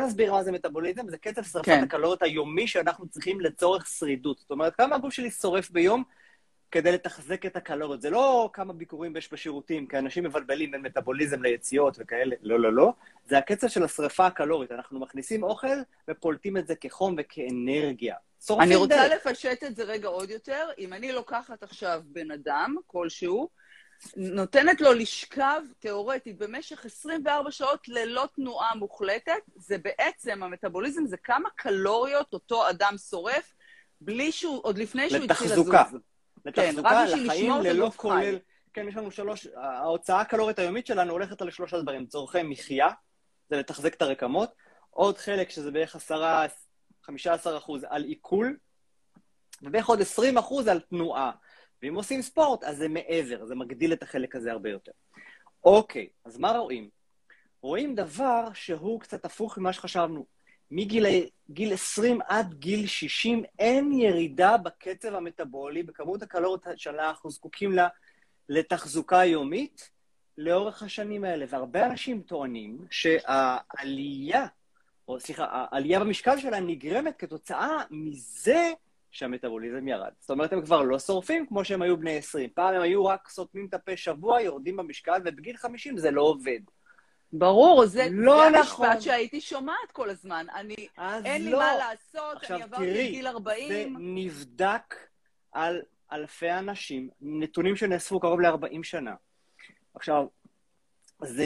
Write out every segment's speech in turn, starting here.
נסביר מה זה מטאבוליזם, זה קצב שרפת כן. הקלוריות היומי שאנחנו צריכים לצורך שרידות. זאת אומרת, כמה הגוף שלי שורף ביום כדי לתחזק את הקלוריות. זה לא כמה ביקורים יש בשירותים, כי אנשים מבלבלים בין מטאבוליזם ליציאות וכאלה. לא, לא, לא. זה הקצב של השרפה הקלורית. אנחנו מכניסים אוכל ופולטים את זה כחום וכאנרגיה. אני רוצה לפשט את זה רגע עוד יותר. אם אני לוקחת עכשיו בן אדם כלשהו, נותנת לו לשכב תיאורטית במשך 24 שעות ללא תנועה מוחלטת, זה בעצם, המטאבוליזם זה כמה קלוריות אותו אדם שורף, בלי שהוא, עוד לפני שהוא התחיל לזוז. לתחזוקה, לחיים ללא כולל. כן, יש לנו ההוצאה הקלורית היומית שלנו הולכת על 3 דברים. צורכי מחיה, זה לתחזק את הרקמות, עוד חלק שזה בערך 10-15% על עיכול, ובערך עוד 20% על תנועה. ואם עושים ספורט, אז זה מעבר, זה מגדיל את החלק הזה הרבה יותר. אוקיי, אז מה רואים? רואים דבר שהוא קצת הפוך ממה שחשבנו. מגיל 20 עד גיל 60 אין ירידה בקצב המטאבולי, בכמות הקלוריות שאנחנו זקוקים לה לתחזוקה יומית לאורך השנים האלה. והרבה אנשים טוענים שהעלייה, העלייה במשקל שלהם נגרמת כתוצאה מזה שהמטאבוליזם ירד. זאת אומרת, הם כבר לא שורפים כמו שהם היו בני 20. פעם הם היו רק סותמים את הפה שבוע, יורדים במשקל, ובגיל 50 זה לא עובד. ברור, זה נכון. המשפט שהייתי שומעת כל הזמן. אין לי מה לעשות, אני עברתי את גיל 40. זה נבדק על אלפי אנשים, נתונים שנאספו קרוב ל-40 שנה. עכשיו, זה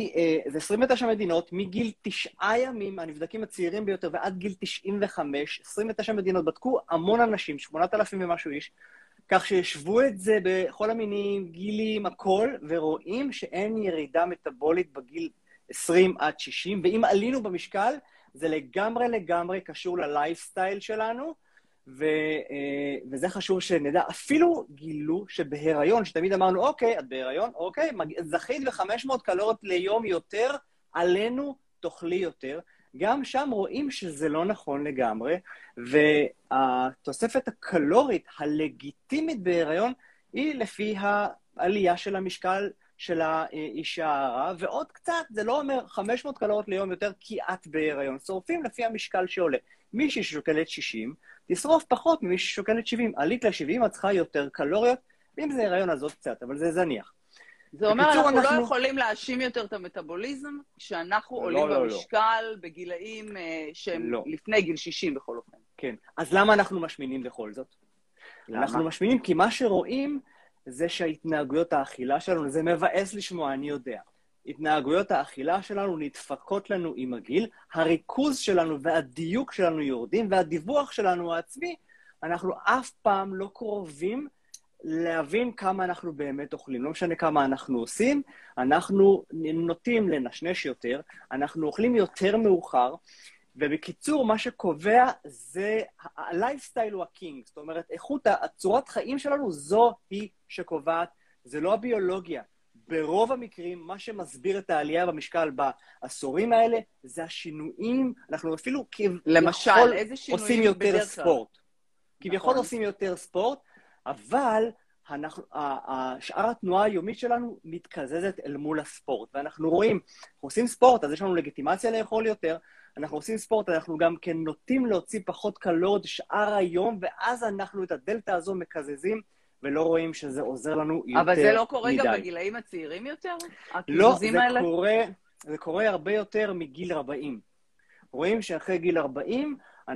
29 מדינות, מגיל 9 ימים, הנבדקים הצעירים ביותר, ועד גיל 95, 29 מדינות בדקו המון אנשים, 8,000 ומשהו איש, כך שישבו את זה בכל המינים, גילים, הכל, ורואים שאין ירידה מטאבולית בגיל 20 עד 60, ואם עלינו במשקל, זה לגמרי קשור ללייפסטייל שלנו, וזה חשוב שנדע. אפילו גילו שבהיריון, שתמיד אמרנו, אוקיי, את בהיריון, אוקיי, זכית ב-500 קלוריות ליום יותר, עלינו תאכלי יותר. גם שם רואים שזה לא נכון לגמרי, והתוספת הקלורית הלגיטימית בהיריון היא לפי העלייה של המשקל של האישה ההרה, ועוד קצת, זה לא אומר 500 קלוריות ליום יותר כי את בהיריון, שורפים לפי המשקל שעולה. מישהי ששוקלת 60, תשרוף פחות ממישהי ששוקלת 70. עלית ל-70, את צריכה יותר קלוריות, ואם זה הריון אז עוד קצת, אבל זה זניח. זה אומר, אנחנו לא יכולים להאשים יותר את המטאבוליזם, כשאנחנו עולים במשקל בגילאים שהם לפני גיל 60 בכל אופן. כן, אז למה אנחנו משמינים בכל זאת? אנחנו משמינים כי מה שרואים זה שההתנהגויות האכילה שלנו, זה מבאס לשמוע, אני יודע. התנהגויות האכילה שלנו נדפקות לנו עם הגיל, הריכוז שלנו והדיוק שלנו יורדים, והדיווח שלנו העצמי, אנחנו אף פעם לא קרובים להבין כמה אנחנו באמת אוכלים. לא משנה כמה אנחנו עושים, אנחנו נוטים לנשנש יותר, אנחנו אוכלים יותר מאוחר, ובקיצור, מה שקובע זה, הלייפסטייל הוא הקינג, זאת אומרת, איכות הצורת חיים שלנו זו היא שקובעת, זה לא הביולוגיה. ברוב המקרים, מה שמסביר את העלייה במשקל בעשורים האלה, זה השינויים, אנחנו אפילו למשל, איזה שינויים עושים יותר ספורט. נכון. כביכול עושים יותר ספורט, אבל שאר התנועה היומית שלנו מתקזזת אל מול הספורט. ואנחנו רואים, אנחנו עושים ספורט, אז יש לנו לגיטימציה לאכול יותר, אנחנו עושים ספורט, אנחנו גם כן נוטים להוציא פחות קלוריות שאר היום, ואז אנחנו את הדלטה הזו מקזזים, ולא רואים שזה עוזר לנו יותר מדי. אבל זה לא קורה גם בגילאים הצעירים יותר? לא, זה קורה הרבה יותר מגיל 40. רואים שאחרי גיל 40,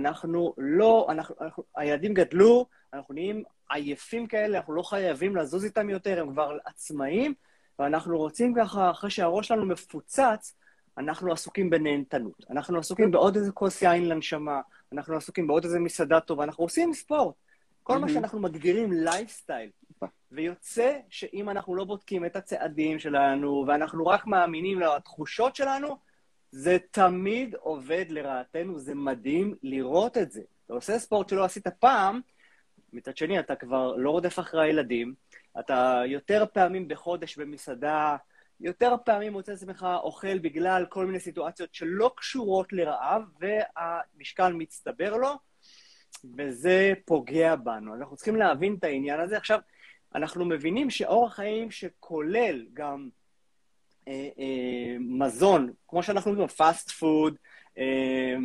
הילדים גדלו, אנחנו נהיים עייפים כאלה, אנחנו לא חייבים לזוז איתם יותר, הם כבר עצמאים, ואנחנו רוצים ככה, אחרי שהראש שלנו מפוצץ, אנחנו עסוקים בנהנתנות. אנחנו עסוקים בעוד איזה כוס יין לנשמה, אנחנו עסוקים בעוד איזה מסעדה טובה, אנחנו עושים ספורט. כל מה שאנחנו מגדירים לייפסטייל, ויוצא שאם אנחנו לא בודקים את הצעדים שלנו, ואנחנו רק מאמינים לתחושות שלנו, זה תמיד עובד לרעתנו, זה מדהים לראות את זה. אתה עושה ספורט שלא עשית פעם, מצד שני אתה כבר לא רודף אחרי הילדים, אתה יותר פעמים בחודש במסעדה, יותר פעמים מוצא עצמך אוכל בגלל כל מיני סיטואציות שלא קשורות לרעב, והמשקל מצטבר לו, וזה פוגע בנו. אנחנו צריכים להבין את העניין הזה. עכשיו, אנחנו מבינים שאורח חיים שכולל גם מזון, כמו שאנחנו יודעים, פאסט פוד,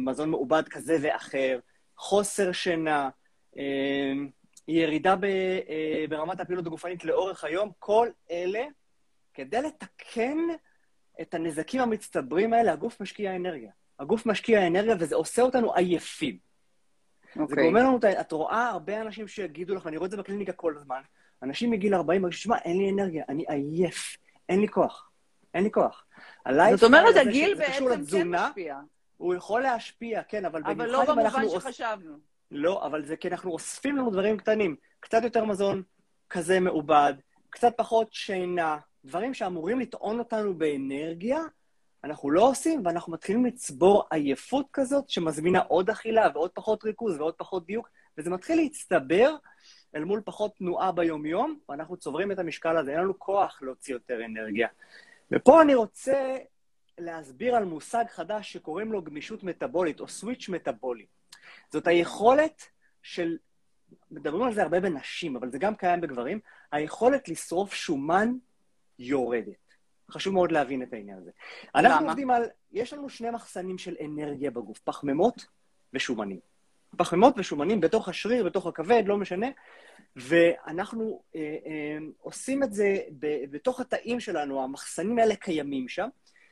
מזון מעובד כזה ואחר, חוסר שינה, ירידה ברמת הפעילות הגופנית לאורך היום, כל אלה, כדי לתקן את הנזקים המצטברים האלה, הגוף משקיע אנרגיה. הגוף משקיע אנרגיה וזה עושה אותנו עייפים. זה גומר לנו, את רואה הרבה אנשים שיגידו לך, ואני רואה את זה בקליניקה כל הזמן, אנשים מגיל 40, מרגישים, שמע, אין לי אנרגיה, אני עייף, אין לי כוח, אין לי כוח. זאת אומרת, הגיל בעצם כן משפיע. הוא יכול להשפיע, כן, אבל לא במובן שחשבנו. לא, אבל זה כי אנחנו אוספים לנו דברים קטנים, קצת יותר מזון כזה מעובד, קצת פחות שינה, דברים שאמורים לטעון אותנו באנרגיה, אנחנו לא עושים, ואנחנו מתחילים לצבור עייפות כזאת, שמזמינה עוד אכילה ועוד פחות ריכוז ועוד פחות דיוק, וזה מתחיל להצטבר אל מול פחות תנועה ביום-יום, ואנחנו צוברים את המשקל הזה, אין לנו כוח להוציא יותר אנרגיה. ופה אני רוצה להסביר על מושג חדש שקוראים לו גמישות מטאבולית, או סוויץ' מטאבולי. זאת היכולת של, מדברים על זה הרבה בנשים, אבל זה גם קיים בגברים, היכולת לשרוף שומן יורדת. חשוב מאוד להבין את העניין הזה. אנחנו עובדים על, יש לנו שני מחסנים של אנרגיה בגוף, פחמימות ושומנים. פחמימות ושומנים בתוך השריר, בתוך הכבד, לא משנה, ואנחנו עושים את זה בתוך התאים שלנו, המחסנים האלה קיימים שם,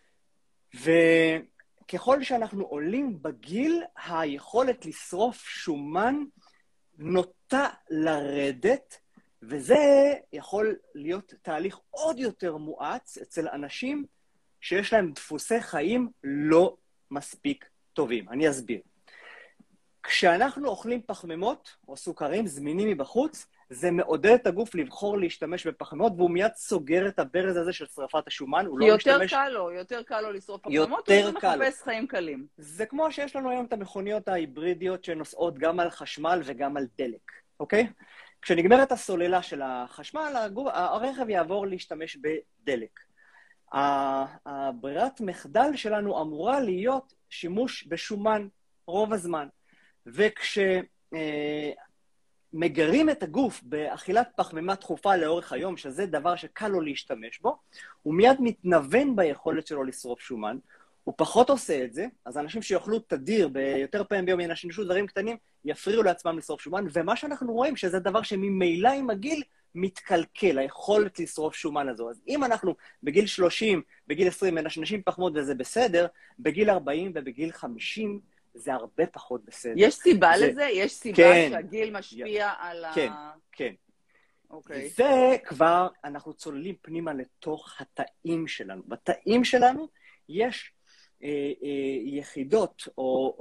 וככל שאנחנו עולים בגיל, היכולת לשרוף שומן נוטה לרדת, וזה יכול להיות תהליך עוד יותר מואץ אצל אנשים שיש להם דפוסי חיים לא מספיק טובים. אני אסביר. כשאנחנו אוכלים פחמימות או סוכרים זמינים מבחוץ, זה מעודד את הגוף לבחור להשתמש בפחמימות, והוא מיד סוגר את הברז הזה של שרפת השומן. הוא לא משתמש... יותר קל לו לשרוף פחמימות, הוא מחפש חיים קלים. זה כמו שיש לנו היום את המכוניות ההיברידיות שנוסעות גם על חשמל וגם על דלק, אוקיי? כשנגמרת הסוללה של החשמל, הרכב יעבור להשתמש בדלק. הברירת מחדל שלנו אמורה להיות שימוש בשומן רוב הזמן. וכשמגרים את הגוף באכילת פחמימה תכופה לאורך היום, שזה דבר שקל לו להשתמש בו, הוא מיד מתנוון ביכולת שלו לשרוף שומן, הוא פחות עושה את זה, אז אנשים שיאכלו תדיר ביותר פעמים ביום ינשנשו דברים קטנים, יפריעו לעצמם לשרוף שומן, ומה שאנחנו רואים שזה דבר שממילא עם הגיל מתקלקל, היכולת לשרוף שומן הזו. אז אם אנחנו בגיל 30, בגיל 20 מנשנשים פחמות וזה בסדר, בגיל 40 ובגיל 50 זה הרבה פחות בסדר. יש סיבה לזה? יש סיבה שהגיל משפיע על ה... כן, כן. אוקיי. זה כבר, אנחנו צוללים פנימה לתוך התאים שלנו. בתאים שלנו יש יחידות או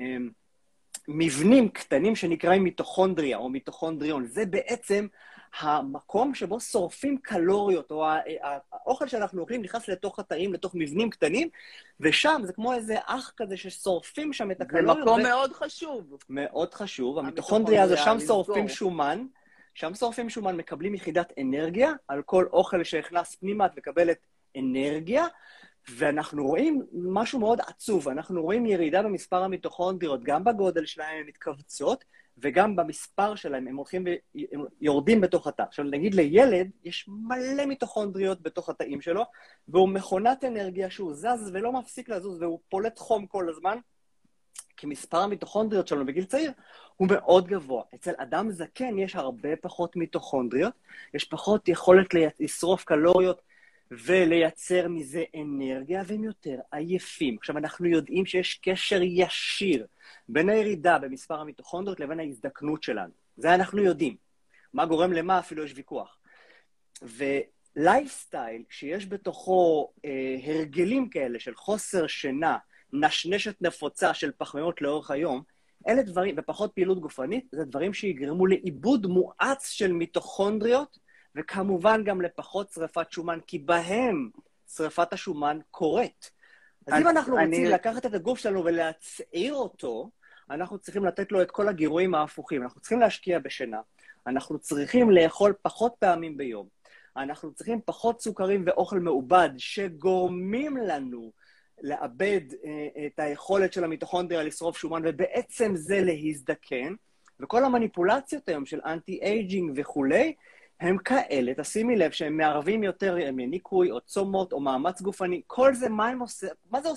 מבנים קטנים שנקראים מיטוכונדריה או מיטוכונדריון. זה בעצם המקום שבו שורפים קלוריות, או האוכל שאנחנו אוכלים נכנס לתוך התאים, לתוך מבנים קטנים, ושם זה כמו איזה אח כזה ששורפים שם את הקלוריות. זה מקום מאוד חשוב. מאוד חשוב. המיטוכונדריה זה שם שורפים שומן, שם שורפים שומן, מקבלים יחידת אנרגיה, על כל אוכל שהכנס פנימה את מקבלת אנרגיה, ואנחנו רואים משהו מאוד עצוב, אנחנו רואים ירידה במספר המיטוכונדריות, גם בגודל שלהם הן מתכווצות, וגם במספר שלהם, הם הולכים ויורדים בתוך התא. עכשיו, נגיד לילד, יש מלא מיטוכונדריות בתוך התאים שלו, והוא מכונת אנרגיה שהוא זז ולא מפסיק לזוז, והוא פולט חום כל הזמן, כי מספר המיטוכונדריות שלנו בגיל צעיר הוא מאוד גבוה. אצל אדם זקן יש הרבה פחות מיטוכונדריות, יש פחות יכולת לשרוף קלוריות, ולייצר מזה אנרגיה, והם יותר עייפים. עכשיו, אנחנו יודעים שיש קשר ישיר בין הירידה במספר המיטוכונדריות לבין ההזדקנות שלנו. זה אנחנו יודעים. מה גורם למה? אפילו יש ויכוח. ולייפסטייל, שיש בתוכו הרגלים כאלה של חוסר שינה, נשנשת נפוצה של פחמימות לאורך היום, אלה דברים, ופחות פעילות גופנית, זה דברים שיגרמו לאיבוד מואץ של מיטוכונדריות, וכמובן גם לפחות שרפת שומן, כי בהם שרפת השומן קורית. אז אם אנחנו רוצים לקחת את הגוף שלנו ולהצעיר אותו, אנחנו צריכים לתת לו את כל הגירויים ההפוכים. אנחנו צריכים להשקיע בשינה, אנחנו צריכים לאכול פחות פעמים ביום, אנחנו צריכים פחות סוכרים ואוכל מעובד, שגורמים לנו לאבד את היכולת של המיטוכונדריה לשרוף שומן, ובעצם זה להזדקן, וכל המניפולציות היום של אנטי-אייג'ינג וכולי, הם כאלה, תשימי לב שהם מערבים יותר מניקוי או צומות או מאמץ גופני, כל זה מה זה עושה?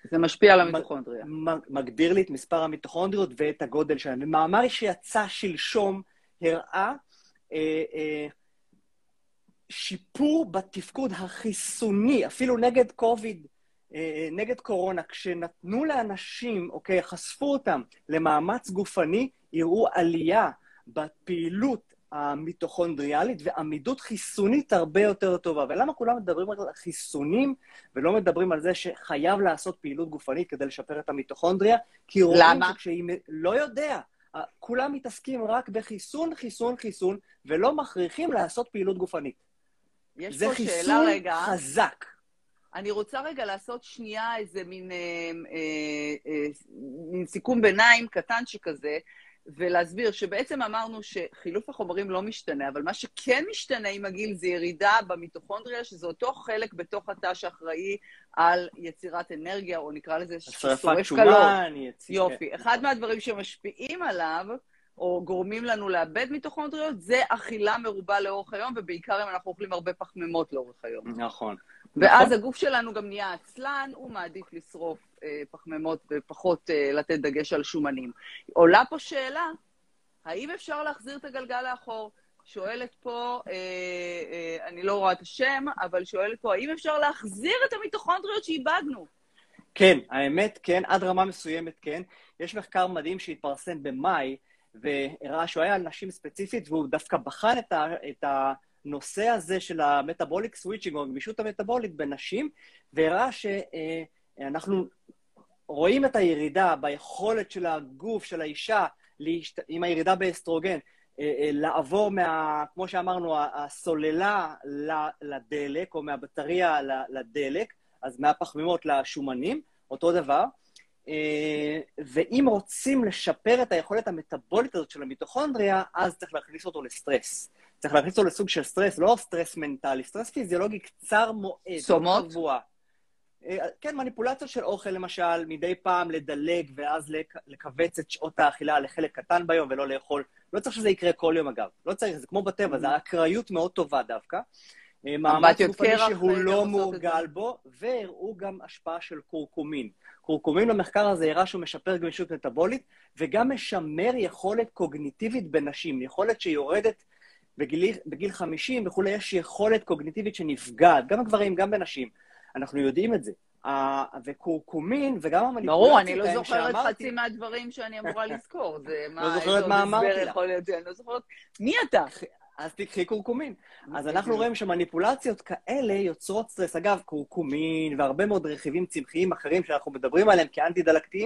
זה משפיע על המיטוכונדריה. מגביר לי את מספר המיטוכונדריות ואת הגודל שלהם. ומאמר שיצא שלשום הראה שיפור בתפקוד החיסוני, אפילו נגד קוביד, נגד קורונה, כשנתנו לאנשים, אוקיי, חשפו אותם למאמץ גופני, יראו עלייה בפעילות המיטוכונדריאלית ועמידות חיסונית הרבה יותר טובה. ולמה כולם מדברים על חיסונים ולא מדברים על זה שחייב לעשות פעילות גופנית כדי לשפר את המיטוכונדריה? כי רואים שכשהיא לא יודע, כולם מתעסקים רק בחיסון, חיסון, חיסון, ולא מכריחים לעשות פעילות גופנית. זה חיסון חזק. אני רוצה רגע לעשות שנייה איזה מין סיכום ביניים קטן שכזה, ולהסביר שבעצם אמרנו שחילוף החומרים לא משתנה, אבל מה שכן משתנה עם הגיל זה ירידה במיטוכונדריה, שזה אותו חלק בתוך התא שאחראי על יצירת אנרגיה, או נקרא לזה ששורף קלוריות. יופי. אחד מהדברים שמשפיעים עליו, או גורמים לנו לאבד מיטוכונדריות, זה אכילה מרובה לאורך היום, ובעיקר אם אנחנו אוכלים הרבה פחמימות לאורך היום. נכון. ואז הגוף שלנו גם נהיה עצלן, הוא מעדיף לשרוף פחמימות ופחות לתת דגש על שומנים. עולה פה שאלה, האם אפשר להחזיר את הגלגל לאחור? שואלת פה, אני לא רואה את השם, אבל שואלת פה, האם אפשר להחזיר את המיטוכונדריות שאיבדנו? כן, האמת כן, עד רמה מסוימת כן. יש מחקר מדהים שהתפרסם במאי, והראה שהוא היה על נשים ספציפית, והוא דווקא בחן את הנושא הזה של המטאבוליק סוויצ'ינג, או הגמישות המטאבולית בנשים, והראה שאנחנו רואים את הירידה ביכולת של הגוף, של האישה, עם הירידה באסטרוגן, לעבור כמו שאמרנו, הסוללה לדלק, או מהבטריה לדלק, אז מהפחמימות לשומנים, אותו דבר. ואם רוצים לשפר את היכולת המטאבולית הזאת של המיטוכונדריה, אז צריך להכניס אותו לסטרס. צריך להכניס אותו לסוג של סטרס, לא סטרס מנטלי, סטרס פיזיולוגי קצר מועד. סומות? כן, מניפולציות של אוכל למשל, מדי פעם לדלג ואז לקבץ את שעות האכילה לחלק קטן ביום ולא לאכול. לא צריך שזה יקרה כל יום אגב. לא צריך, זה כמו בטבע, זה אקראיות מאוד טובה דווקא. מאמץ גופני שהוא לא מורגל בו, והראו גם השפעה של קורקומין. קורקומין במחקר הזה הראה שהוא משפר גמישות מטאבולית, וגם משמר יכולת קוגניטיבית בנשים, יכולת שיורדת בגיל 50 וכולי, יש יכולת קוגניטיבית שנפגעת, גם בגברים, גם בנשים. אנחנו יודעים את זה. וקורקומין וגם המניפולציות... ברור, אני לא זוכרת חצי מהדברים שאני אמורה לזכור. לא זוכרת מה אמרתי לה. אני לא זוכרת... מי אתה? אז תקחי קורקומין. אז אנחנו רואים שמניפולציות כאלה יוצרות סטרס. אגב, קורקומין והרבה מאוד רכיבים צמחיים אחרים שאנחנו מדברים עליהם כאנטי-דלקתיים,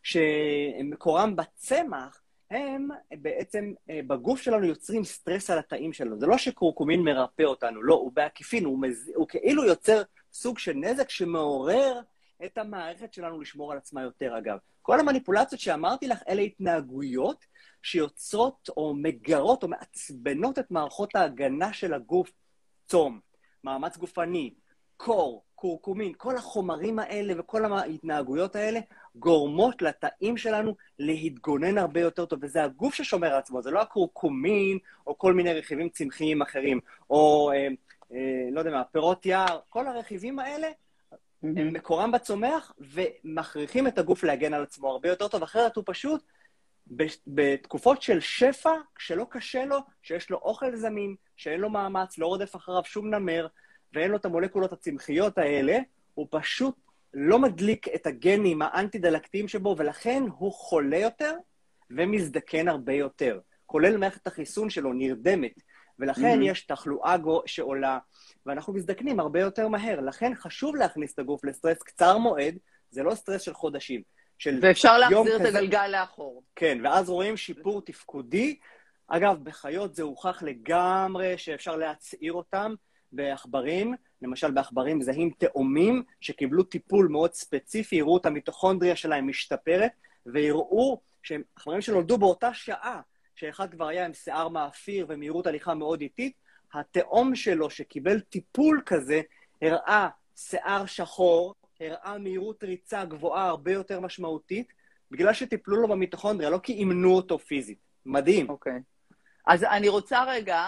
שמקורם בצמח, הם בעצם בגוף שלנו יוצרים סטרס על התאים שלנו. זה לא שקורקומין מרפא אותנו, לא, הוא בעקיפין, הוא כאילו יוצר סוג של נזק שמעורר את המערכת שלנו לשמור על עצמה יותר, אגב. כל המניפולציות שאמרתי לך, אלה התנהגויות שיוצרות או מגרות או מעצבנות את מערכות ההגנה של הגוף. צום, מאמץ גופני, קור, קורקומין, כל החומרים האלה וכל ההתנהגויות האלה גורמות לתאים שלנו להתגונן הרבה יותר טוב, וזה הגוף ששומר על עצמו, זה לא הקורקומין או כל מיני רכיבים צמחיים אחרים, או לא יודע מה, פירות יער, כל הרכיבים האלה הם מקורם בצומח ומכריחים את הגוף להגן על עצמו הרבה יותר טוב, אחרת הוא פשוט בתקופות של שפע, כשלא קשה לו, שיש לו אוכל זמין, שאין לו מאמץ, לא רודף אחריו שום נמר, ואין לו את המולקולות הצמחיות האלה, הוא פשוט לא מדליק את הגנים האנטי-דלקתיים שבו, ולכן הוא חולה יותר ומזדקן הרבה יותר, כולל מערכת החיסון שלו נרדמת, ולכן יש תחלואה שעולה, ואנחנו מזדקנים הרבה יותר מהר. לכן חשוב להכניס את הגוף לסטרס קצר מועד, זה לא סטרס של חודשים. ואפשר להחזיר את הגלגל לאחור. כן, ואז רואים שיפור תפקודי. אגב, בחיות זה הוכח לגמרי שאפשר להצעיר אותם בעכברים, למשל בעכברים זהים תאומים שקיבלו טיפול מאוד ספציפי, יראו את המיטוכונדריה שלהם משתפרת, ויראו שהעכברים שנולדו באותה שעה, שאחד כבר היה עם שיער מאפיר ומהירות הליכה מאוד איטית, התאום שלו שקיבל טיפול כזה הראה שיער שחור, הראה מהירות ריצה גבוהה הרבה יותר משמעותית, בגלל שטיפלו לו במיטוכונדריה, לא כי אימנו אותו פיזית. מדהים. אוקיי. אז אני רוצה רגע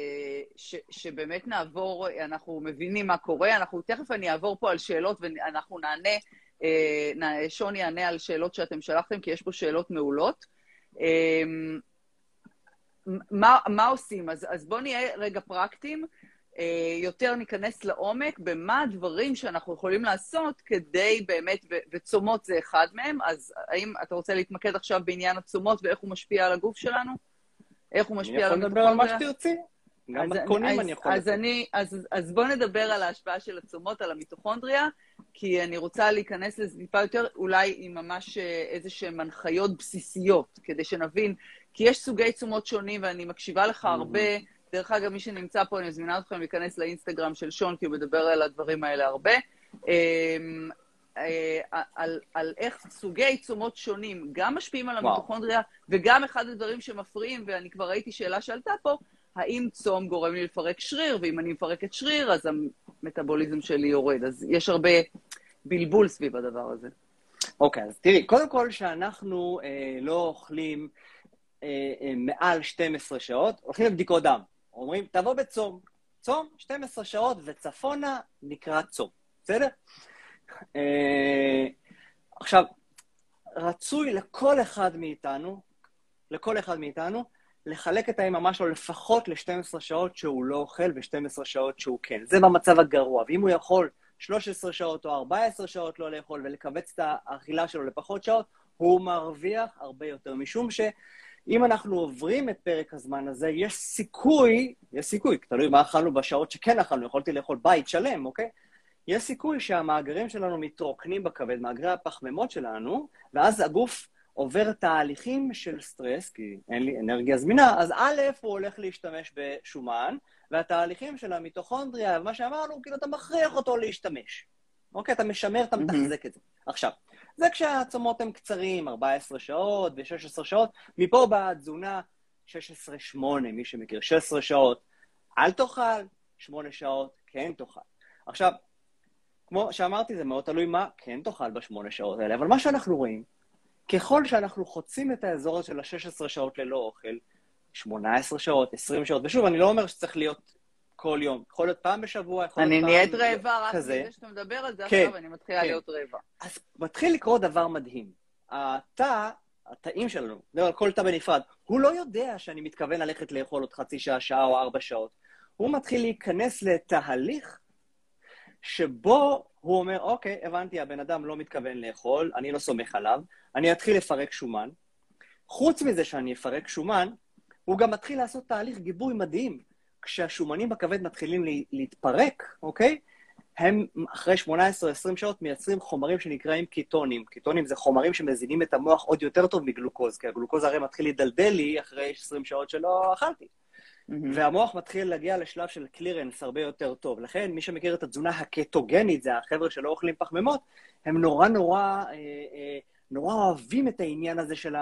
שבאמת נעבור, אנחנו מבינים מה קורה, תכף אני אעבור פה על שאלות ואנחנו נענה שון יענה על שאלות שאתם שלחתם, כי יש פה שאלות מעולות. מה עושים? אז בואו נהיה רגע פרקטיים, יותר ניכנס לעומק במה הדברים שאנחנו יכולים לעשות כדי באמת, וצומות זה אחד מהם, אז האם אתה רוצה להתמקד עכשיו בעניין הצומות ואיך הוא משפיע על הגוף שלנו? איך הוא משפיע על המיטוכונדריה? אני יכול לדבר על מה שתרצי. גם מתכונים אני יכול לדבר. אז בואו נדבר על ההשפעה של הצומות על המיטוכונדריה, כי אני רוצה להיכנס לזה טיפה יותר, אולי עם ממש איזשהם הנחיות בסיסיות, כדי שנבין, כי יש סוגי צומות שונים, ואני מקשיבה לך הרבה. דרך אגב, מי שנמצא פה, אני מזמינה אתכם להיכנס לאינסטגרם של שון, כי הוא מדבר על הדברים האלה הרבה. על איך סוגי צומות שונים גם משפיעים על המיטוכונדריה, וגם אחד הדברים שמפריעים, ואני כבר ראיתי שאלה שעלתה פה, האם צום גורם לי לפרק שריר, ואם אני מפרקת שריר, אז המטאבוליזם שלי יורד. אז יש הרבה בלבול סביב הדבר הזה. אוקיי, אז תראי, קודם כל שאנחנו לא אוכלים מעל 12 שעות, הולכים לבדיקות דם. אומרים, תבוא בצום. צום, 12 שעות וצפונה נקרא צום. בסדר? עכשיו, רצוי לכל אחד מאיתנו, לחלק את היממה שלו לפחות ל-12 שעות שהוא לא אוכל ו-12 שעות שהוא כן. זה במצב הגרוע. ואם הוא יכול 13 שעות או 14 שעות לא לאכול ולקבץ את האכילה שלו לפחות שעות, הוא מרוויח הרבה יותר. משום שאם אנחנו עוברים את פרק הזמן הזה, יש סיכוי, תלוי מה אכלנו בשעות שכן אכלנו, יכולתי לאכול בית שלם, אוקיי? יש סיכוי שהמאגרים שלנו מתרוקנים בכבד, מאגרי הפחמימות שלנו, ואז הגוף עובר תהליכים של סטרס, כי אין לי אנרגיה זמינה, אז א' הוא הולך להשתמש בשומן, והתהליכים של המיטוכונדריה, מה שאמרנו, כאילו אתה מכריח אותו להשתמש. אוקיי, אתה משמר, אתה מתחזק את זה. עכשיו, זה כשהצומות הם קצרים, 14 שעות ו-16 שעות, מפה באה התזונה 16-8, מי שמכיר, 16 שעות, אל תאכל, 8 שעות, כן תאכל. עכשיו, כמו שאמרתי, זה מאוד תלוי מה כן תאכל ב8 שעות האלה, אבל מה שאנחנו רואים, ככל שאנחנו חוצים את האזור הזה של ה-16 שעות ללא אוכל, 18 שעות, 20 שעות, ושוב, אני לא אומר שצריך להיות כל יום, יכול להיות פעם בשבוע, יכול להיות פעם... אני נהיית רעבה רק בזה שאתה מדבר על זה עכשיו, אני מתחילה להיות רעבה. אז מתחיל לקרות דבר מדהים. התאים שלנו, כל תא בנפרד, הוא לא יודע שאני מתכוון ללכת לאכול עוד חצי שעה, שעה או 4 שעות. הוא מתחיל להיכנס לתהליך שבו הוא אומר, אוקיי, הבנתי, הבן אדם לא מתכוון לאכול, אני לא סומך עליו, אני אתחיל לפרק שומן. חוץ מזה שאני אפרק שומן, הוא גם מתחיל לעשות תהליך גיבוי מדהים. כשהשומנים בכבד מתחילים להתפרק, אוקיי? הם אחרי 18-20 שעות מייצרים חומרים שנקראים קיטונים. קיטונים זה חומרים שמזינים את המוח עוד יותר טוב מגלוקוז, כי הגלוקוז הרי מתחיל להידלדל לי אחרי 20 שעות שלא אכלתי. והמוח מתחיל להגיע לשלב של קלירנס הרבה יותר טוב. לכן, מי שמכיר את התזונה הקטוגנית, זה החבר'ה שלא אוכלים פחמימות, הם נורא אוהבים את העניין הזה של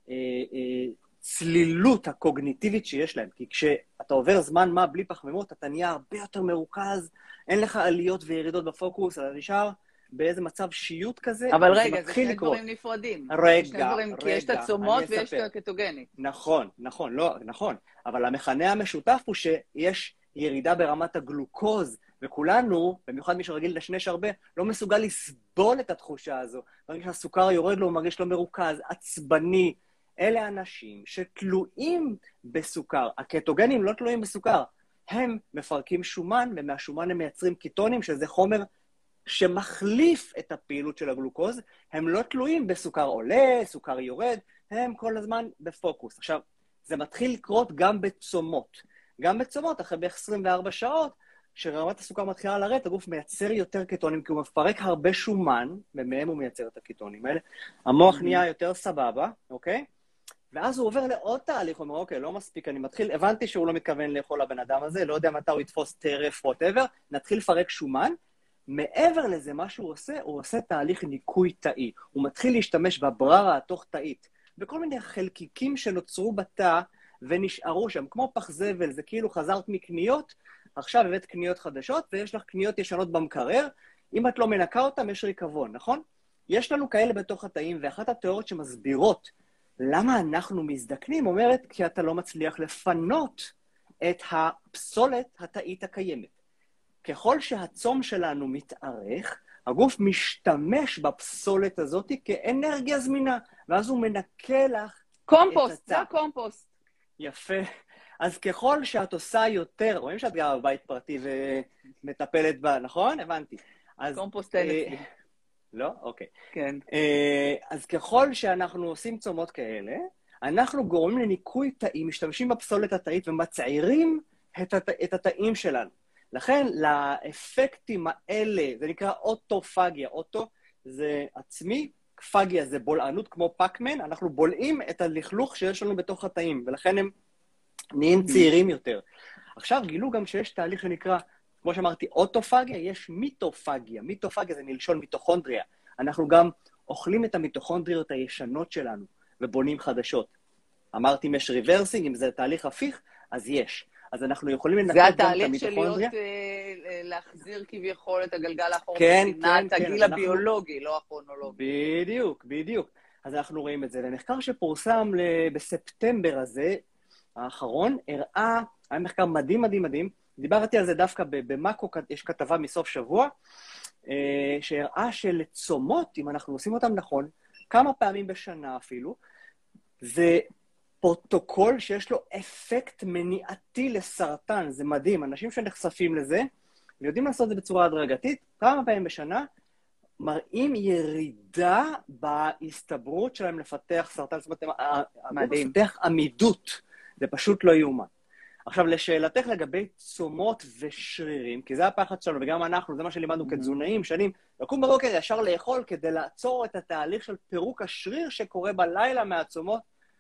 הצלילות הקוגניטיבית שיש להם. כי כשאתה עובר זמן מה בלי פחמימות, אתה נהיה הרבה יותר מרוכז, אין לך עליות וירידות בפוקוס, אתה נשאר באיזה מצב שיוט כזה. אבל רגע, זה שני דברים נפרדים. רגע. כי יש את הצומות ויש את הקטוגנית. נכון, נכון. אבל המכנה המשותף הוא שיש ירידה ברמת הגלוקוז, וכולנו, במיוחד מי שרגיל לשנש הרבה, לא מסוגל לסבול את התחושה הזו. ברגע שהסוכר יורד לו, הוא מרגיש לא מרוכז, עצבני. אלה אנשים שתלויים בסוכר. הקטוגנים לא תלויים בסוכר. הם מפרקים שומן, ומהשומן הם מייצרים קיטונים, שזה חומר שמחליף את הפעילות של הגלוקוז. הם לא תלויים בסוכר עולה, סוכר יורד, הם כל הזמן בפוקוס. עכשיו, זה מתחיל לקרות גם בצומות. גם בצומות, אחרי בערך 24 שעות, כשרמת הסוכר מתחילה לרדת, הגוף מייצר יותר קיטונים, כי הוא מפרק הרבה שומן, ומהם הוא מייצר את הקיטונים האלה. המוח נהיה יותר סבבה, אוקיי? ואז הוא עובר לעוד תהליך, הוא אומר, אוקיי, לא מספיק, אני מתחיל, הבנתי שהוא לא מתכוון לאכול לבן אדם הזה, לא יודע מתי הוא יתפוס טרף, whatever, נתחיל לפרק שומן. מעבר לזה, מה שהוא עושה, הוא עושה תהליך ניקוי תאי. הוא מתחיל להשתמש בבררה התוך תאית, בכל מיני חלקיקים שנוצרו בתא ונשארו שם, כמו פח זבל, זה כאילו חזרת מקניות, עכשיו הבאת קניות חדשות, ויש לך קניות ישנות במקרר, אם את לא מנקה אותם, יש ריקבון, נכון? יש לנו כאלה בתוך התאים, ואחת התיאוריות שמסבירות למה אנחנו מזדקנים, אומרת, כי אתה לא מצליח לפנות את הפסולת התאית הקיימת. ככל שהצום שלנו מתארך, הגוף משתמש בפסולת הזאת כאנרגיה זמינה, ואז הוא מנקה לך קומפוסט, את זה התא. הקומפוסט. יפה. אז ככל שאת עושה יותר, רואים שאת גרה בבית פרטי ומטפלת בה, נכון? הבנתי. קומפוסט אין אצלי. לא? אוקיי. כן. אז ככל שאנחנו עושים צומות כאלה, אנחנו גורמים לניקוי תאים, משתמשים בפסולת התאית ומצעירים את התאים שלנו. לכן, לאפקטים האלה, זה נקרא אוטופגיה. אוטו זה עצמי, פגיה זה בולענות כמו פאקמן, אנחנו בולעים את הלכלוך שיש לנו בתוך התאים, ולכן הם נהיים צעירים יותר. עכשיו גילו גם שיש תהליך שנקרא, כמו שאמרתי, אוטופגיה, יש מיטופגיה. מיטופגיה זה מלשון מיטוכונדריה. אנחנו גם אוכלים את המיטוכונדריות הישנות שלנו, ובונים חדשות. אמרתי, אם יש ריברסינג, אם זה תהליך הפיך, אז יש. אז אנחנו יכולים לנקות גם את המיטוכונדריה. זה התהליך של להיות, להחזיר כביכול את הגלגל האחרון, כן, מבחינת כן, הגיל הביולוגי, לא הכרונולוגי. בדיוק, בדיוק. אז אנחנו רואים את זה. למחקר שפורסם בספטמבר הזה, האחרון, הראה, היה מחקר מדהים, מדהים, מדהים, דיברתי על זה דווקא במאקו, יש כתבה מסוף שבוע, שהראה שלצומות, אם אנחנו עושים אותם נכון, כמה פעמים בשנה אפילו, זה פרוטוקול שיש לו אפקט מניעתי לסרטן, זה מדהים, אנשים שנחשפים לזה, ויודעים לעשות את זה בצורה הדרגתית, כמה פעמים בשנה, מראים ירידה בהסתברות שלהם לפתח סרטן, זאת אומרת, מדהים. לפתח עמידות, זה פשוט לא יאומן. עכשיו, לשאלתך לגבי צומות ושרירים, כי זה הפחד שלנו, וגם אנחנו, זה מה שלימדנו כתזונאים, שנים, לקום בבוקר ישר לאכול כדי לעצור את התהליך של פירוק השריר שקורה בלילה מהצומות,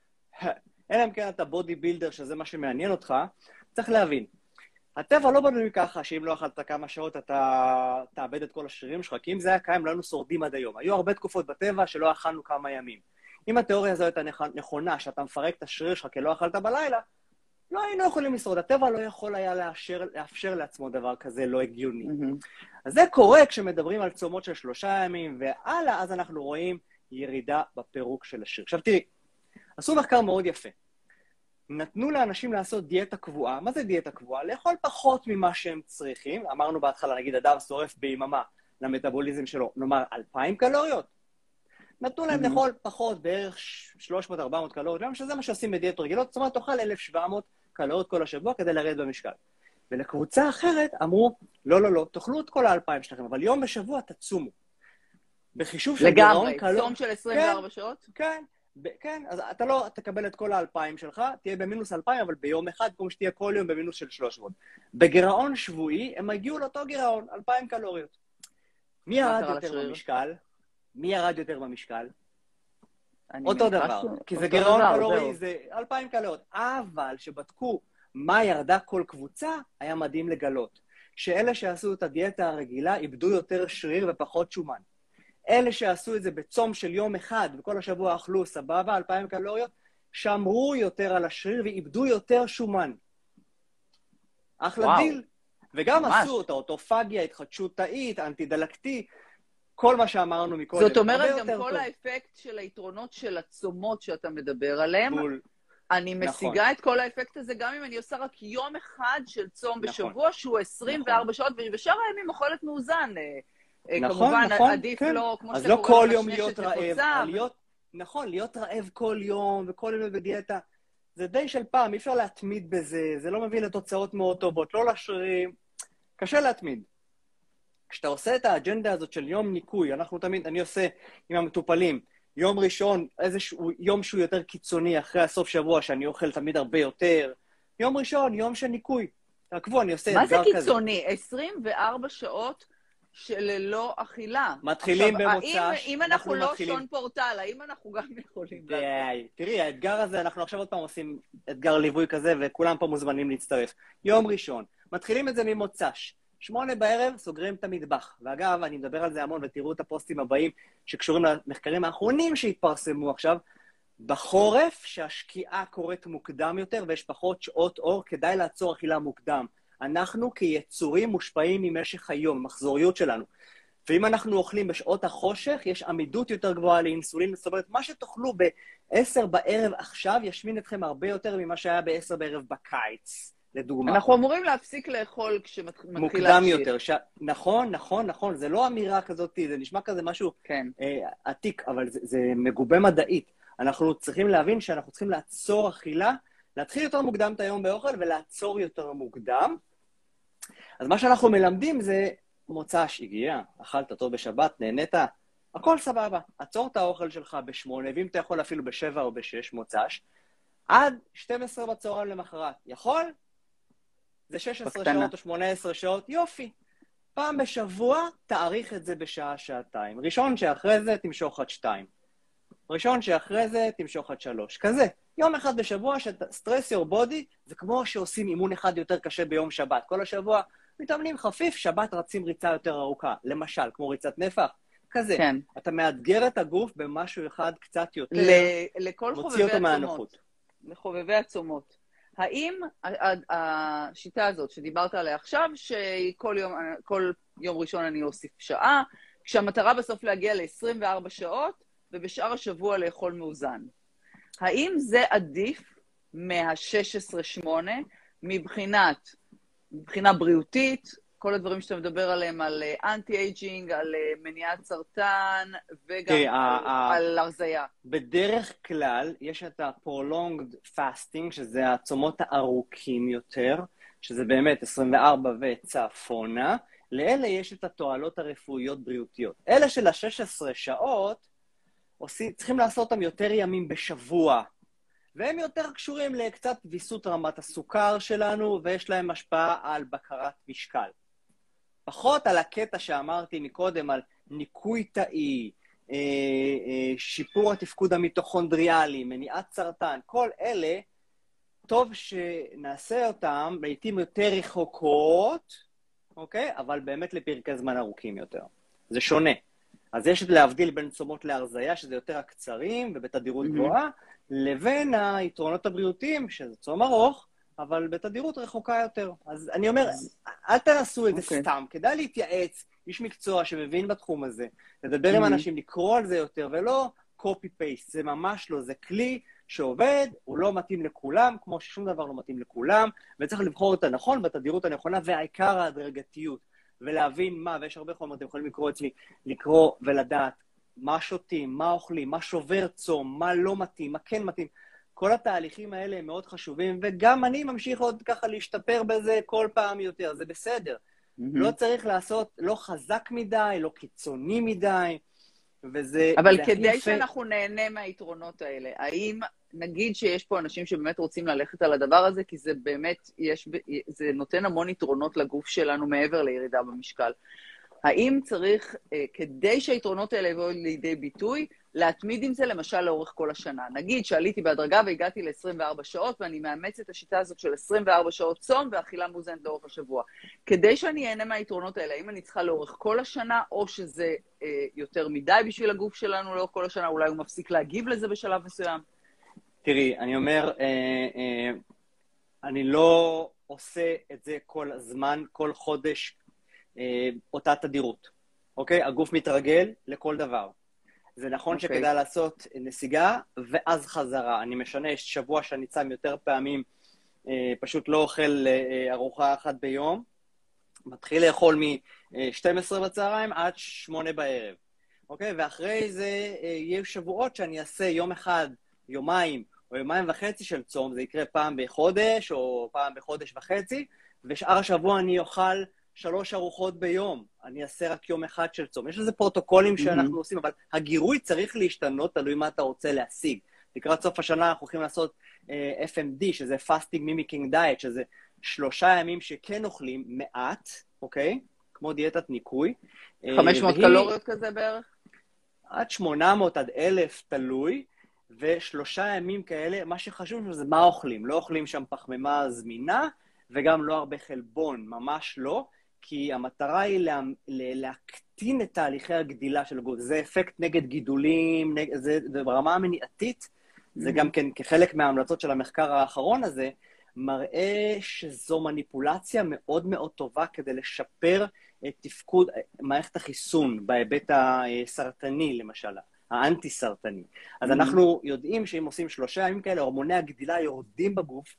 אלא אם כן אתה בודי בילדר, שזה מה שמעניין אותך, צריך להבין. הטבע לא בנוי ככה, שאם לא אכלת כמה שעות אתה תאבד את כל השרירים שלך, כי אם זה היה קיים, לא היינו שורדים עד היום. היו הרבה תקופות בטבע שלא אכלנו כמה ימים. אם התיאוריה הזו הייתה נכונה, שאתה מפרק את השריר שלך כי לא אכלת בלילה, לא היינו יכולים לשרוד. הטבע לא יכול היה לאפשר לעצמו דבר כזה לא הגיוני. אז זה קורה כשמדברים על צומות של 3 ימים, והלאה, אז אנחנו רואים ירידה בפירוק של השריר. עכשיו תראי, עשו מחקר מאוד יפה. נתנו לאנשים לעשות דיאטה קבועה. מה זה דיאטה קבועה? לאכול פחות ממה שהם צריכים. אמרנו בהתחלה, נגיד, אדם שורף ביממה למטאבוליזם שלו, נאמר 2,000 קלוריות. נתנו להם לאכול פחות, בערך 300-400 קלוריות, למה שזה מה שעושים בדיאטות רגילות, זאת אומרת, תאכל 1,700 קלוריות כל השבוע כדי לרדת במשקל. ולקבוצה אחרת אמרו, לא, לא, לא, תאכלו את כל ה-2,000 שלכם, אבל יום בשבוע תצומו. בחישוב של גירעון קלורי. לגמרי, צום של 24 שעות? כן. כן, אז אתה לא תקבל את כל ה-2,000 שלך, תהיה במינוס 2,000, אבל ביום אחד, כמו שתהיה כל יום במינוס של 300. בגירעון שבועי, הם הגיעו לאותו גירעון, 2,000 קלוריות. מי ירד יותר במשקל? מי ירד יותר במשקל? אותו דבר, כי זה גירעון קלורי, זה 2,000 קלוריות. אבל שבדקו מה ירדה כל קבוצה, היה מדהים לגלות. שאלה שעשו את הדיאטה הרגילה, איבדו יותר שריר ופחות שומן. אלה שעשו את זה בצום של יום אחד, וכל השבוע אכלו סבבה, 2,000 קלוריות, שמרו יותר על השריר ואיבדו יותר שומן. אחלה דיל. וגם ממש. עשו אותה, אוטופגיה, התחדשות תאית, אנטי-דלקתי, כל מה שאמרנו מקודם. זאת אומרת, גם כל האפקט של היתרונות של הצומות שאתה מדבר עליהם, אני משיגה את כל האפקט הזה, גם אם אני עושה רק יום אחד של צום בשבוע, שהוא 24 שעות, ובשאר הימים אוכלת מאוזן. כמובן, עדיף לא, כמו שאתה קורא למשנשת לפוצה. נכון, להיות רעב כל יום, וכל יום בדיאטה, זה די של פעם, אי אפשר להתמיד בזה, זה לא מביא לתוצאות מאוד טובות, לא לשרירים, קשה להתמיד. כשאתה עושה את האג'נדה הזאת של יום ניקוי, אני עושה עם המטופלים, יום ראשון, איזשהו יום שהוא יותר קיצוני, אחרי הסוף שבוע, שאני אוכל תמיד הרבה יותר, יום ראשון, יום של ניקוי. תעקבו, אני עושה אתגר כזה. מה זה קיצוני? 24 שעות שללא אכילה. מתחילים במוצ"ש. אם אנחנו לא שון פורטל, האם אנחנו גם יכולים לעשות? תראי, האתגר הזה, אנחנו עכשיו עוד פעם עושים אתגר ליווי כזה, וכולם פה מוזמנים להצטרף. יום ראשון, מתחילים את זה ממוצ"ש. 8 בערב, סוגרים את המטבח. ואגב, אני מדבר על זה המון, ותראו את הפוסטים הבאים שקשורים למחקרים האחרונים שהתפרסמו עכשיו. בחורף, שהשקיעה קורית מוקדם יותר, ויש פחות שעות אור, כדאי לעצור אכילה מוקדם. אנחנו כיצורים מושפעים ממשך היום, מחזוריות שלנו. ואם אנחנו אוכלים בשעות החושך, יש עמידות יותר גבוהה לאינסולין. זאת אומרת, מה שתאכלו ב-10 בערב עכשיו, ישמין אתכם הרבה יותר ממה שהיה ב-10 בערב בקיץ. לדוגמה. אנחנו אמורים להפסיק לאכול כשמתחיל מוקדם להמשיך. יותר. נכון, זה לא אמירה כזאת, זה נשמע כזה משהו כן. עתיק, אבל זה מגובה מדעית. אנחנו צריכים להבין שאנחנו צריכים לעצור אכילה, להתחיל יותר מוקדם את היום באוכל ולעצור יותר מוקדם. אז מה שאנחנו מלמדים זה מוצ"ש, הגיע, אכלת טוב בשבת, נהנית, הכל סבבה. עצור את האוכל שלך ב8, ואם אתה יכול אפילו ב7 או ב6 מוצ"ש, עד 12 בצהריים למחרת. יכול? זה 16 בקטנה. שעות או 18 שעות, יופי. פעם בשבוע תאריך את זה בשעה, שעתיים. ראשון שאחרי זה תמשוך עד 2. ראשון שאחרי זה תמשוך עד 3. כזה. יום אחד בשבוע שסטרס your body, זה כמו שעושים אימון אחד יותר קשה ביום שבת. כל השבוע מתאמנים חפיף, שבת רצים ריצה יותר ארוכה. למשל, כמו ריצת נפח. כזה. כן. אתה מאתגר את הגוף במשהו אחד קצת יותר, לכל מוציא חובבי אותו הצומות. מהנוחות. לחובבי הצומות. האם השיטה הזאת שדיברת עליה עכשיו, שכל יום ראשון אני אוסיף שעה, כשהמטרה בסוף להגיע ל-24 שעות, ובשאר השבוע לאכול מאוזן. האם זה עדיף מה-16-8 מבחינה בריאותית, כל הדברים שאתה מדבר עליהם, על אנטי-אייג'ינג, על מניעת סרטן, וגם על הרזיה? בדרך כלל, יש את ה-prolonged fasting, שזה הצומות הארוכים יותר, שזה באמת 24 וצפונה, לאלה יש את התועלות הרפואיות בריאותיות. אלה של ה-16 שעות, צריכים לעשות אותם יותר ימים בשבוע, והם יותר קשורים לקצת ויסות רמת הסוכר שלנו, ויש להם השפעה על בקרת משקל. פחות על הקטע שאמרתי מקודם, על ניקוי תאי, שיפור התפקוד המיטוכונדריאלי, מניעת סרטן, כל אלה, טוב שנעשה אותם לעתים יותר רחוקות, אוקיי? אבל באמת לפרקי זמן ארוכים יותר. זה שונה. אז יש להבדיל בין צומות להרזיה, שזה יותר הקצרים ובתדירות גבוהה, לבין היתרונות הבריאותיים, שזה צום ארוך, אבל בתדירות רחוקה יותר. אז אני אומר, אל תנסו את זה סתם, כדאי להתייעץ, איש מקצוע שמבין בתחום הזה, לדבר עם אנשים, לקרוא על זה יותר, ולא copy-paste, זה ממש לא, זה כלי שעובד, הוא לא מתאים לכולם, כמו ששום דבר לא מתאים לכולם, וצריך לבחור את הנכון בתדירות הנכונה, והעיקר ההדרגתיות, ולהבין מה, ויש הרבה חומר, אתם יכולים לקרוא אצלי, לקרוא ולדעת מה שותים, מה אוכלים, מה שובר צום, מה לא מתאים, מה כן מתאים. כל התהליכים האלה הם מאוד חשובים, וגם אני ממשיך עוד ככה להשתפר בזה כל פעם יותר, זה בסדר. לא צריך לעשות, לא חזק מדי, לא קיצוני מדי, וזה... אבל כדי שאנחנו נהנה מהיתרונות האלה, האם נגיד שיש פה אנשים שבאמת רוצים ללכת על הדבר הזה, כי זה באמת, זה נותן המון יתרונות לגוף שלנו מעבר לירידה במשקל. האם צריך, כדי שהיתרונות האלה יבואו לידי ביטוי, להתמיד עם זה למשל לאורך כל השנה? נגיד שעליתי בהדרגה והגעתי ל-24 שעות, ואני מאמץ את השיטה הזאת של 24 שעות צום ואכילה מאוזנת לאורך השבוע. כדי שאני אהנה מהיתרונות האלה, האם אני צריכה לאורך כל השנה, או שזה יותר מדי בשביל הגוף שלנו לאורך כל השנה, אולי הוא מפסיק להגיב לזה בשלב מסוים? תראי, אני אומר, אני לא עושה את זה כל הזמן, כל חודש, אותה תדירות, אוקיי? הגוף מתרגל לכל דבר. זה נכון שכדאי לעשות נסיגה, ואז חזרה. אני משנה, יש שבוע שאני צם יותר פעמים, פשוט לא אוכל ארוחה אחת ביום, מתחיל לאכול מ-12 בצהריים עד 8 בערב, אוקיי? ואחרי זה יהיו שבועות שאני אעשה יום אחד, יומיים, או יומיים וחצי של צום, זה יקרה פעם בחודש, או פעם בחודש וחצי, ושאר השבוע אני אוכל 3 ארוחות ביום. אני אעשה רק יום אחד של צום. יש לזה פרוטוקולים שאנחנו עושים, אבל הגירוי צריך להשתנות, תלוי מה אתה רוצה להשיג. לקראת סוף השנה אנחנו הולכים לעשות FMD, שזה Fasting Mimicking Diet, שזה 3 ימים שכן אוכלים מעט, אוקיי? כמו דיאטת ניקוי. 500 קלוריות כזה בערך? עד 800 עד 1,000 תלוי, ו3 ימים כאלה, מה שחשוב זה מה אוכלים. לא אוכלים שם פחמימה זמינה, וגם לא הרבה חלבון, ממש לא, כי המטרה היא להקטין את תהליכי הגדילה של הגוף. זה אפקט נגד גידולים, זה ברמה המניעתית, זה גם כן כחלק מההמלצות של המחקר האחרון הזה, מראה שזו מניפולציה מאוד מאוד טובה כדי לשפר את תפקוד מערכת החיסון בהיבט הסרטני, למשל, האנטי-סרטני. אז אנחנו יודעים שאם עושים 3 ימים כאלה, הורמוני הגדילה יורדים בגוף,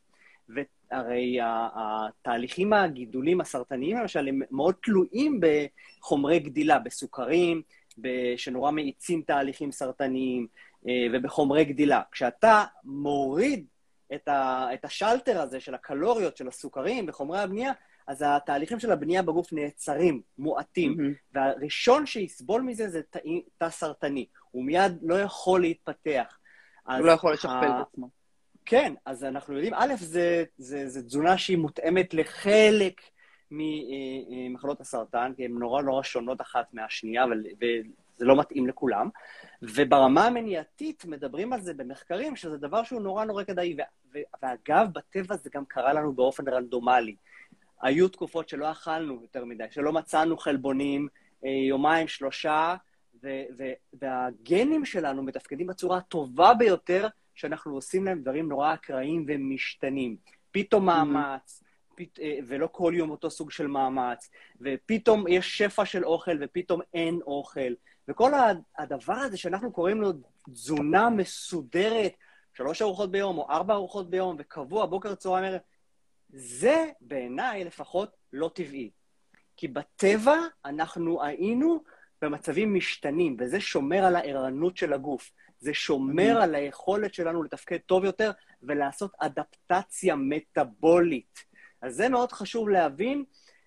והרי התהליכים הגידולים הסרטניים, למשל, הם מאוד תלויים בחומרי גדילה, בסוכרים, שנורא מאיצים תהליכים סרטניים, ובחומרי גדילה. כשאתה מוריד את השלטר הזה של הקלוריות, של הסוכרים וחומרי הבנייה, אז התהליכים של הבנייה בגוף נעצרים, מועטים. והראשון שיסבול מזה זה תא סרטני. הוא מיד לא יכול להתפתח. הוא לא יכול לשכפל את עצמו. כן, אז אנחנו יודעים, א', זה תזונה שהיא מותאמת לחלק ממחלות הסרטן, כי הן נורא נורא שונות אחת מהשנייה, וזה לא מתאים לכולם. וברמה המניעתית מדברים על זה במחקרים, שזה דבר שהוא נורא נורא כדאי, ואגב, בטבע זה גם קרה לנו באופן רנדומלי. היו תקופות שלא אכלנו יותר מדי, שלא מצאנו חלבונים, יומיים, שלושה, והגנים שלנו מתפקדים בצורה הטובה ביותר, שאנחנו עושים להם דברים נורא אקראיים ומשתנים. פתאום מאמץ, ולא כל יום אותו סוג של מאמץ, ופתאום יש שפע של אוכל, ופתאום אין אוכל. וכל הדבר הזה שאנחנו קוראים לו תזונה מסודרת, 3 ארוחות ביום או 4 ארוחות ביום, וקבוע בוקר צהריים ערב, זה בעיניי לפחות לא טבעי. כי בטבע אנחנו היינו במצבים משתנים, וזה שומר על הערנות של הגוף. זה שומר על היכולת שלנו לתפקד טוב יותר, ולעשות אדפטציה מטאבולית. אז זה מאוד חשוב להבין,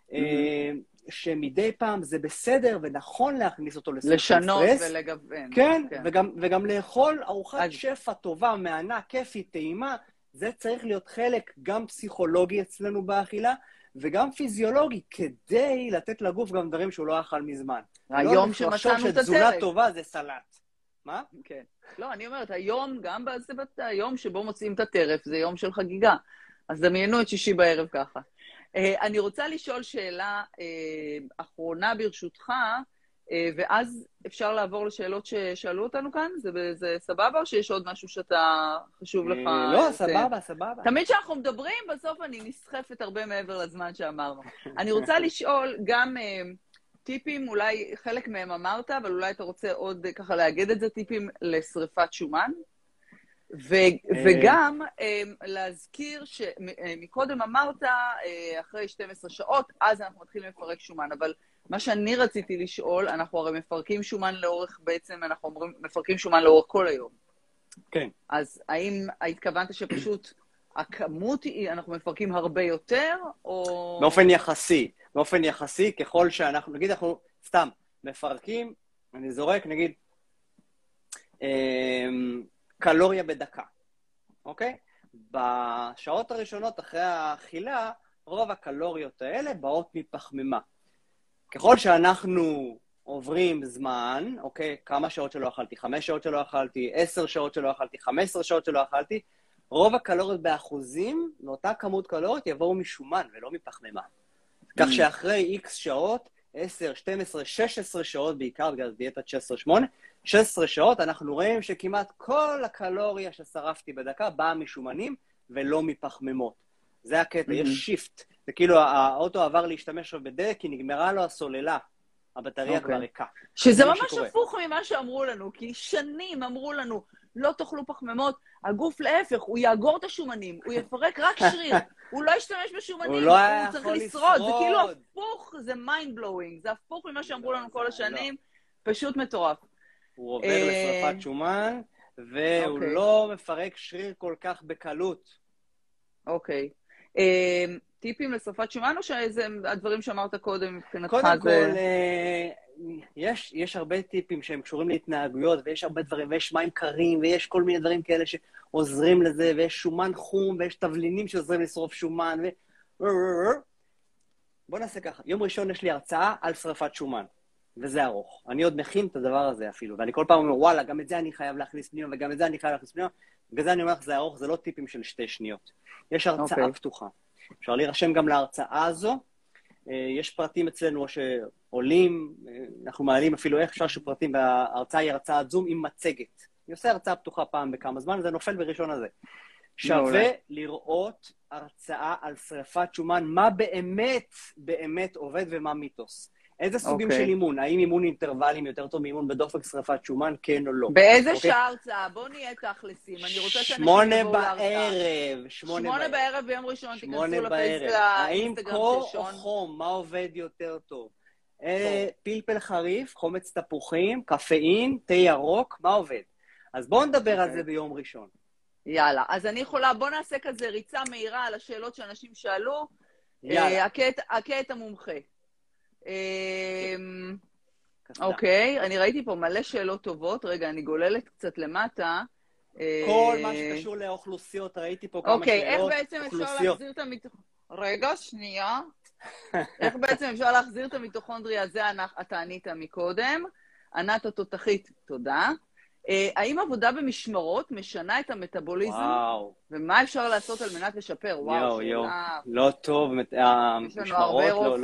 שמדי פעם זה בסדר, ונכון להכניס אותו לסוג של סטרס. לשנות ולגוון. כן, וגם לאכול ארוחת שפע טובה, מענה, כיפית, טעימה, זה צריך להיות חלק גם פסיכולוגי אצלנו באכילה, וגם פיזיולוגי, כדי לתת לגוף גם דברים שהוא לא אכל מזמן. היום שמצאנו את הטרף. שתזונה טובה זה סלט. מה? כן. לא, אני אומרת, היום, גם היום שבו מוצאים את הטרף, זה יום של חגיגה. אז דמיינו את שישי בערב ככה. אני רוצה לשאול שאלה אחרונה ברשותך, ואז אפשר לעבור לשאלות ששאלו אותנו כאן? זה סבבה או שיש עוד משהו שאתה חשוב לך? לא, סבבה, סבבה. תמיד כשאנחנו מדברים, בסוף אני נסחפת הרבה מעבר לזמן שאמרנו. אני רוצה לשאול גם טיפים, אולי חלק מהם אמרת, אבל אולי אתה רוצה עוד ככה להגיד את זה, טיפים לשריפת שומן? וגם להזכיר שמקודם אמרת, אחרי 12 שעות, אז אנחנו מתחילים לפרק שומן, אבל מה שאני רציתי לשאול, אנחנו הרי מפרקים שומן לאורך, בעצם אנחנו אומרים, מפרקים שומן לאורך כל היום. כן. אז האם התכוונת שפשוט הכמות היא, אנחנו מפרקים הרבה יותר, או... באופן יחסי, ככל שאנחנו, נגיד אנחנו סתם מפרקים, אני זורק, נגיד, קלוריה בדקה, אוקיי? בשעות הראשונות אחרי האכילה, רוב הקלוריות האלה באות מפחמימה. ככל שאנחנו עוברים זמן, אוקיי, כמה שעות שלא אכלתי, 5 שעות שלא אכלתי, 10 שעות שלא אכלתי, 15 שעות שלא אכלתי, רוב הקלוריות באחוזים, מאותה כמות קלוריות, יבואו משומן ולא מפחמימה. כך שאחרי X שעות, 10, 12, 16 שעות, בעיקר בגלל דיאטת 16-8, 16 שעות, אנחנו רואים שכמעט כל הקלוריה ששרפתי בדקה באה משומנים ולא מפחמימות. זה הקטע, יש שיפט. זה כאילו האוטו עבר להשתמש בדלק, כי נגמרה לו הסוללה. הבטריה כבר ריקה. שזה ממש הפוך ממה שאמרו לנו, כי שנים אמרו לנו, לא תאכלו פחמימות, הגוף להפך, הוא יאגור את השומנים, הוא יפרק רק שריר, הוא לא ישתמש בשומנים, הוא צריך לשרוד. זה כאילו הפוך, זה mind blowing, זה הפוך ממה שאמרו לנו כל השנים, פשוט מטורף. הוא עובר לשרפת שומן, והוא לא מפרק שריר כל כך בקלות. אוקיי. טיפים לשרפת שומן, או שזה הדברים שאמרת קודם מבחינתך? קודם כל, יש הרבה טיפים שהם קשורים להתנהגויות, ויש הרבה דברים, ויש מים קרים, ויש כל מיני דברים כאלה שעוזרים לזה, ויש שומן חום, ויש תבלינים שעוזרים לשרוף שומן, בוא נעשה ככה, יום ראשון יש לי הרצאה על שרפת שומן, וזה ארוך. אני עוד מכין את הדבר הזה אפילו, ואני כל פעם אומר, וואלה, גם את זה אני חייב להכניס פנימה, וגם את זה אני חייב להכניס פנימה, בגלל זה אני אומר לך, זה ארוך, זה לא טיפים של 2 שניות. יש הרצאה פתוחה. אפשר להירשם גם להרצאה הזו. יש פרטים אצלנו שעולים, אנחנו מעלים אפילו איך אפשר שפרטים, וההרצאה היא הרצאת זום עם מצגת. אני עושה הרצאה פתוחה פעם בכמה זמן, זה נופל בראשון הזה. שווה לראות הרצאה על שריפת שומן, מה באמת עובד ומה מיתוס. איזה סוגים של אימון? האם אימון אינטרוולים יותר טוב מאימון בדופק שרפת שומן, כן או לא? באיזה שעה הרצאה? בוא נהיה תכלסים. אני רוצה שאנשים יבואו להרצאה. 8 בערב ביום ראשון, תיכנסו האם לאינסטגרם קור של שון. או חום? מה עובד יותר טוב? פלפל חריף, חומץ תפוחים, קפאין, תה ירוק, מה עובד? אז בואו נדבר על זה ביום ראשון. יאללה, אז אני יכולה, בוא נעשה כזה ריצה מהירה על השאלות שאנשים שאלו. יאללה. הכה את המומחה. אוקיי, אני ראיתי פה מלא שאלות טובות. רגע, אני גוללת קצת למטה. כל מה שקשור לאוכלוסיות, ראיתי פה כמה שאלות. אוקיי, איך בעצם אפשר להחזיר את רגע, שנייה. איך בעצם אפשר להחזיר את המיטוכונדריה? זה אתה ענית מקודם. ענת התותחית, תודה. האם עבודה במשמרות משנה את המטאבוליזם? וואו. ומה אפשר לעשות על מנת לשפר? וואו, שאלה... לא טוב, המשמרות,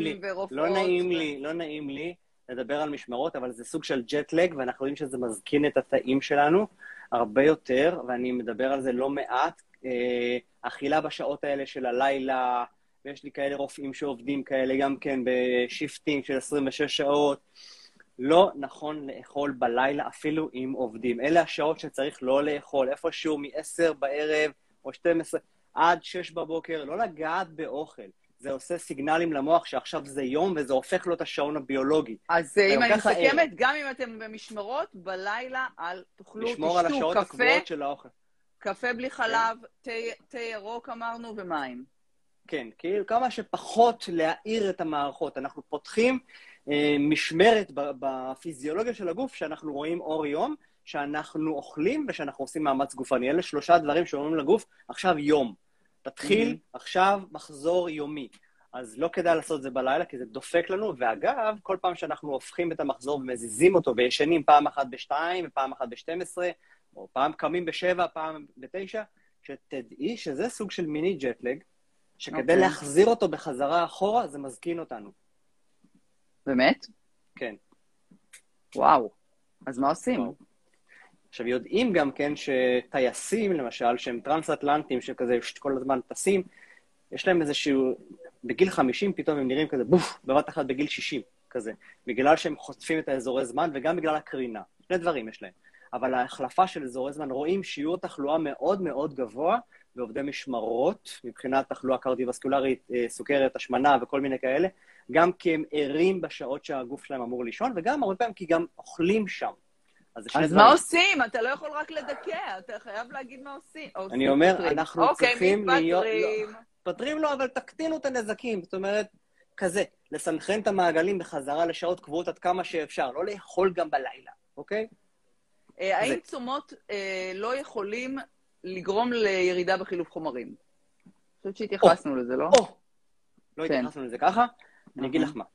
לא נעים לי לדבר על משמרות, אבל זה סוג של ג'טלג, ואנחנו יודעים שזה מזקין את התאים שלנו הרבה יותר, ואני מדבר על זה לא מעט. אכילה בשעות האלה של הלילה, ויש לי כאלה רופאים שעובדים כאלה גם כן בשיפטינג של 26 שעות, לא נכון לאכול בלילה אפילו אם עובדים. אלה השעות שצריך לא לאכול, איפשהו מ-10 בערב או 12 עד 6 בבוקר, לא לגעת באוכל. זה עושה סיגנלים למוח שעכשיו זה יום, וזה הופך לו את השעון הביולוגי. אז אם אני מסכמת, גם אם אתם במשמרות, בלילה תאכלו, לשמור על השעות הקבועות של האוכל. קפה בלי חלב, תה ירוק אמרנו, ומים. כן, כאילו כמה שפחות להעיר את המערכות. אנחנו פותחים משמרת בפיזיולוגיה של הגוף, שאנחנו רואים אור יום, שאנחנו אוכלים ושאנחנו עושים מאמץ גופני. אלה 3 דברים שאומרים לגוף, עכשיו יום. תתחיל עכשיו מחזור יומי. אז לא כדאי לעשות את זה בלילה, כי זה דופק לנו, ואגב, כל פעם שאנחנו הופכים את המחזור ומזיזים אותו, וישנים פעם אחת ב-2 ופעם אחת ב-12, או פעם קמים ב-7, פעם ב-9, שתדעי שזה סוג של מיני ג'טלג, שכדי להחזיר אותו בחזרה אחורה, זה מזקין אותנו. באמת? כן. וואו. אז מה עושים? וואו. עכשיו, יודעים גם כן שטייסים, למשל, שהם טרנס-אטלנטים, שכזה כל הזמן טסים, יש להם איזשהו, בגיל 50 פתאום הם נראים כזה, בוף, בבת אחת בגיל 60, כזה. בגלל שהם חוטפים את האזורי זמן, וגם בגלל הקרינה. 2 דברים יש להם. אבל ההחלפה של אזורי זמן, רואים שיעור תחלואה מאוד מאוד גבוה, בעובדי משמרות, מבחינת תחלואה קרדיו-וסקולרית, סוכרת, השמנה וכל מיני כאלה, גם כי הם ערים בשעות שהגוף שלהם אמור לישון, וגם הרבה פעמים כי גם אוכלים שם. אז מה עושים? אתה לא יכול רק לדכא, אתה חייב להגיד מה עושים. אני אומר, אנחנו צריכים להיות... פתרים לו, אבל תקטינו את הנזקים. זאת אומרת, כזה, לסנכרן את המעגלים בחזרה לשעות קבועות עד כמה שאפשר, לא לאכול גם בלילה, אוקיי? האם צומות לא יכולים לגרום לירידה בחילוף חומרים? אני חושבת שהתייחסנו לזה, לא? לא התייחסנו לזה ככה. אני אגיד לך מה.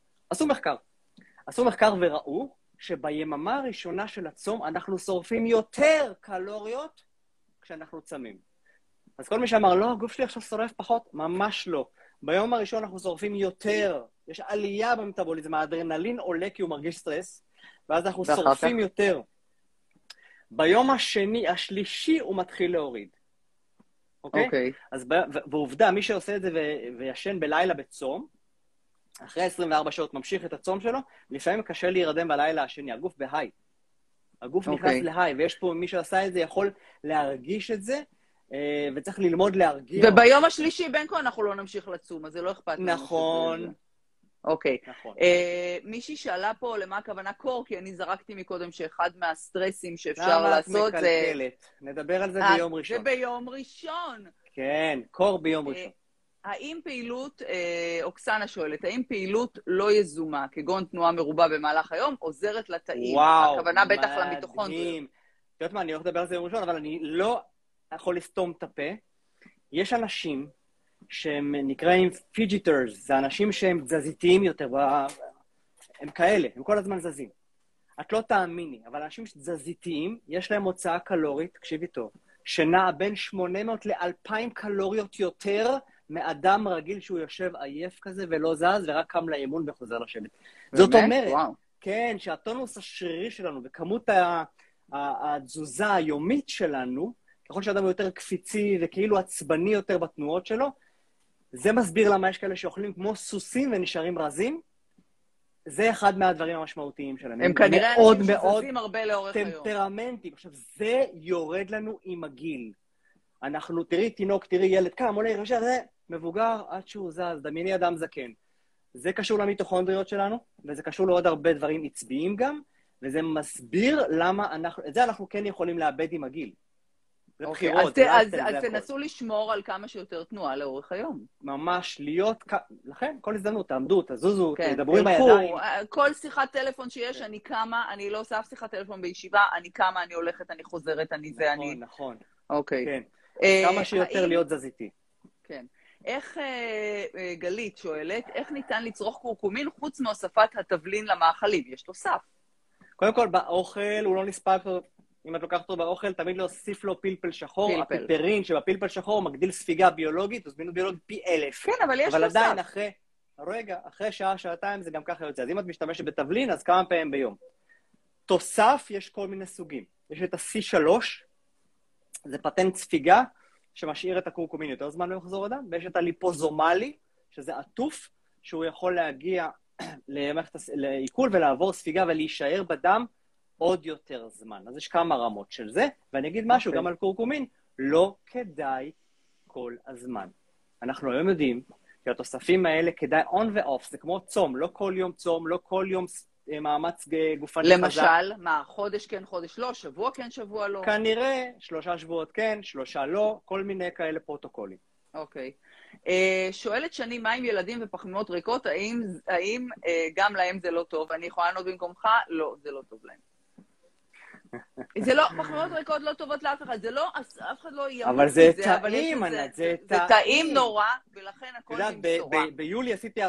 עשו מחקר וראו שביממה הראשונה של הצום אנחנו שורפים יותר קלוריות כשאנחנו צמים. אז כל מי שאמר, לא, הגוף שלי עכשיו שורף פחות, ממש לא. ביום הראשון אנחנו שורפים יותר, יש עלייה במטאבוליזם, האדרנלין עולה כי הוא מרגיש סטרס, ואז אנחנו שורפים יותר. ביום השלישי הוא מתחיל להוריד. אוקיי? אז בעובדה, מי שעושה את זה וישן בלילה בצום, אחרי 24 שעות ממשיך את הצום שלו, לפעמים קשה להירדם בלילה השני, הגוף בהיי. הגוף נכנס להיי, ויש פה מי שעשה את זה יכול להרגיש את זה, וצריך ללמוד להרגיע. וביום השלישי בין כה אנחנו לא נמשיך לצום, אז זה לא אכפת לנו. נכון. אוקיי. מישהי שאלה פה למה הכוונה קור, כי אני זרקתי מקודם שאחד מהסטרסים שאפשר לעשות זה... מקלקלת. נדבר על זה ביום ראשון. זה ביום ראשון. כן, קור ביום ראשון. האם פעילות, אוקסנה שואלת, האם פעילות לא יזומה, כגון תנועה מרובה במהלך היום, עוזרת לתאים? וואו, הכוונה בטח למיטוכונדריה. מדהים. יודעת מה, אני הולך לדבר על זה ביום ראשון, אבל אני לא יכול לסתום את הפה. יש אנשים שהם נקראים פיג'יטרס, זה אנשים שהם תזזיתיים יותר, הם כאלה, הם כל הזמן זזים. את לא תאמיני, אבל אנשים תזזיתיים, יש להם הוצאה קלורית, תקשיבי טוב, שנעה בין 800 ל-2,000 קלוריות יותר מאדם רגיל שהוא יושב עייף כזה ולא זז, ורק קם לאימון וחוזר לשבת. זאת אומרת, כן, שהטונוס השרירי שלנו וכמות התזוזה היומית שלנו, ככל שאדם הוא יותר קפיצי וכאילו עצבני יותר בתנועות שלו, זה מסביר למה יש כאלה שאוכלים כמו סוסים ונשארים רזים, זה אחד מהדברים המשמעותיים שלהם. הם כנראה מאוד אנשים מאוד שזזים הרבה לאורך היום. טמפרמנטים. עכשיו, זה יורד לנו עם הגיל. אנחנו, תראי תינוק, תראי ילד, קם, עולה, ישר, זה מבוגר עד שהוא זז, דמייני אדם זקן. זה קשור למיטוכונדריות שלנו, וזה קשור לעוד הרבה דברים עצביים גם, וזה מסביר למה את זה אנחנו כן יכולים לאבד עם הגיל. זה בחירות, אז תנסו לשמור על כמה שיותר תנועה לאורך היום. ממש להיות, לכן, כל הזדמנות, תעמדו, תזוזו, תדברו עם הידיים. כל שיחת טלפון שיש, אני קמה, אני לא עושה אף שיחת טלפון בישיבה, אני קמה, אני הולכת, אני חוזרת, אני זה, אני... נכון. אוקיי. כמה שיותר להיות זזיתי. כן. איך, גלית שואלת, איך ניתן לצרוך קורקומין חוץ מהוספת התבלין למאכלים? יש תוסף. קודם כל, באוכל הוא לא נספק, אם את לוקחת אותו באוכל, תמיד להוסיף לו פלפל שחור. הפיפרין שבפלפל שחור מגדיל ספיגה ביולוגית, זמינות ביולוגית פי 1000. כן, אבל יש תוסף. אבל עדיין אחרי שעה, שעתיים זה גם ככה יוצא. אז אם את משתמשת בתבלין, אז כמה פעמים ביום. תוסף, יש כל מיני סוגים. יש את ה-C3, זה פטנט ספיגה, שמשאיר את הקורקומין יותר זמן במחזור הדם, ויש את הליפוזומלי, שזה עטוף, שהוא יכול להגיע לעיכול ולעבור ספיגה ולהישאר בדם עוד יותר זמן. אז יש כמה רמות של זה, ואני אגיד משהו גם על קורקומין, לא כדאי כל הזמן. אנחנו היום יודעים שהתוספים האלה כדאי on ו-off, זה כמו צום, לא כל יום צום, לא כל יום מאמץ גופני חזק. למשל, מה, חודש כן, חודש לא, שבוע כן, שבוע לא? כנראה, 3 שבועות כן, 3 לא, כל מיני כאלה פרוטוקולים. אוקיי. שואלת שני, מה עם ילדים ופחמימות ריקות? האם גם להם זה לא טוב? אני יכולה לענות במקומך? לא, זה לא טוב להם. זה לא, פחמימות ריקות לא טובות לאף אחד, זה לא, אף אחד לא ימות אבל זה טעים, ענת, זה טעים נורא, ולכן הכל נמסורה. ביולי עשיתי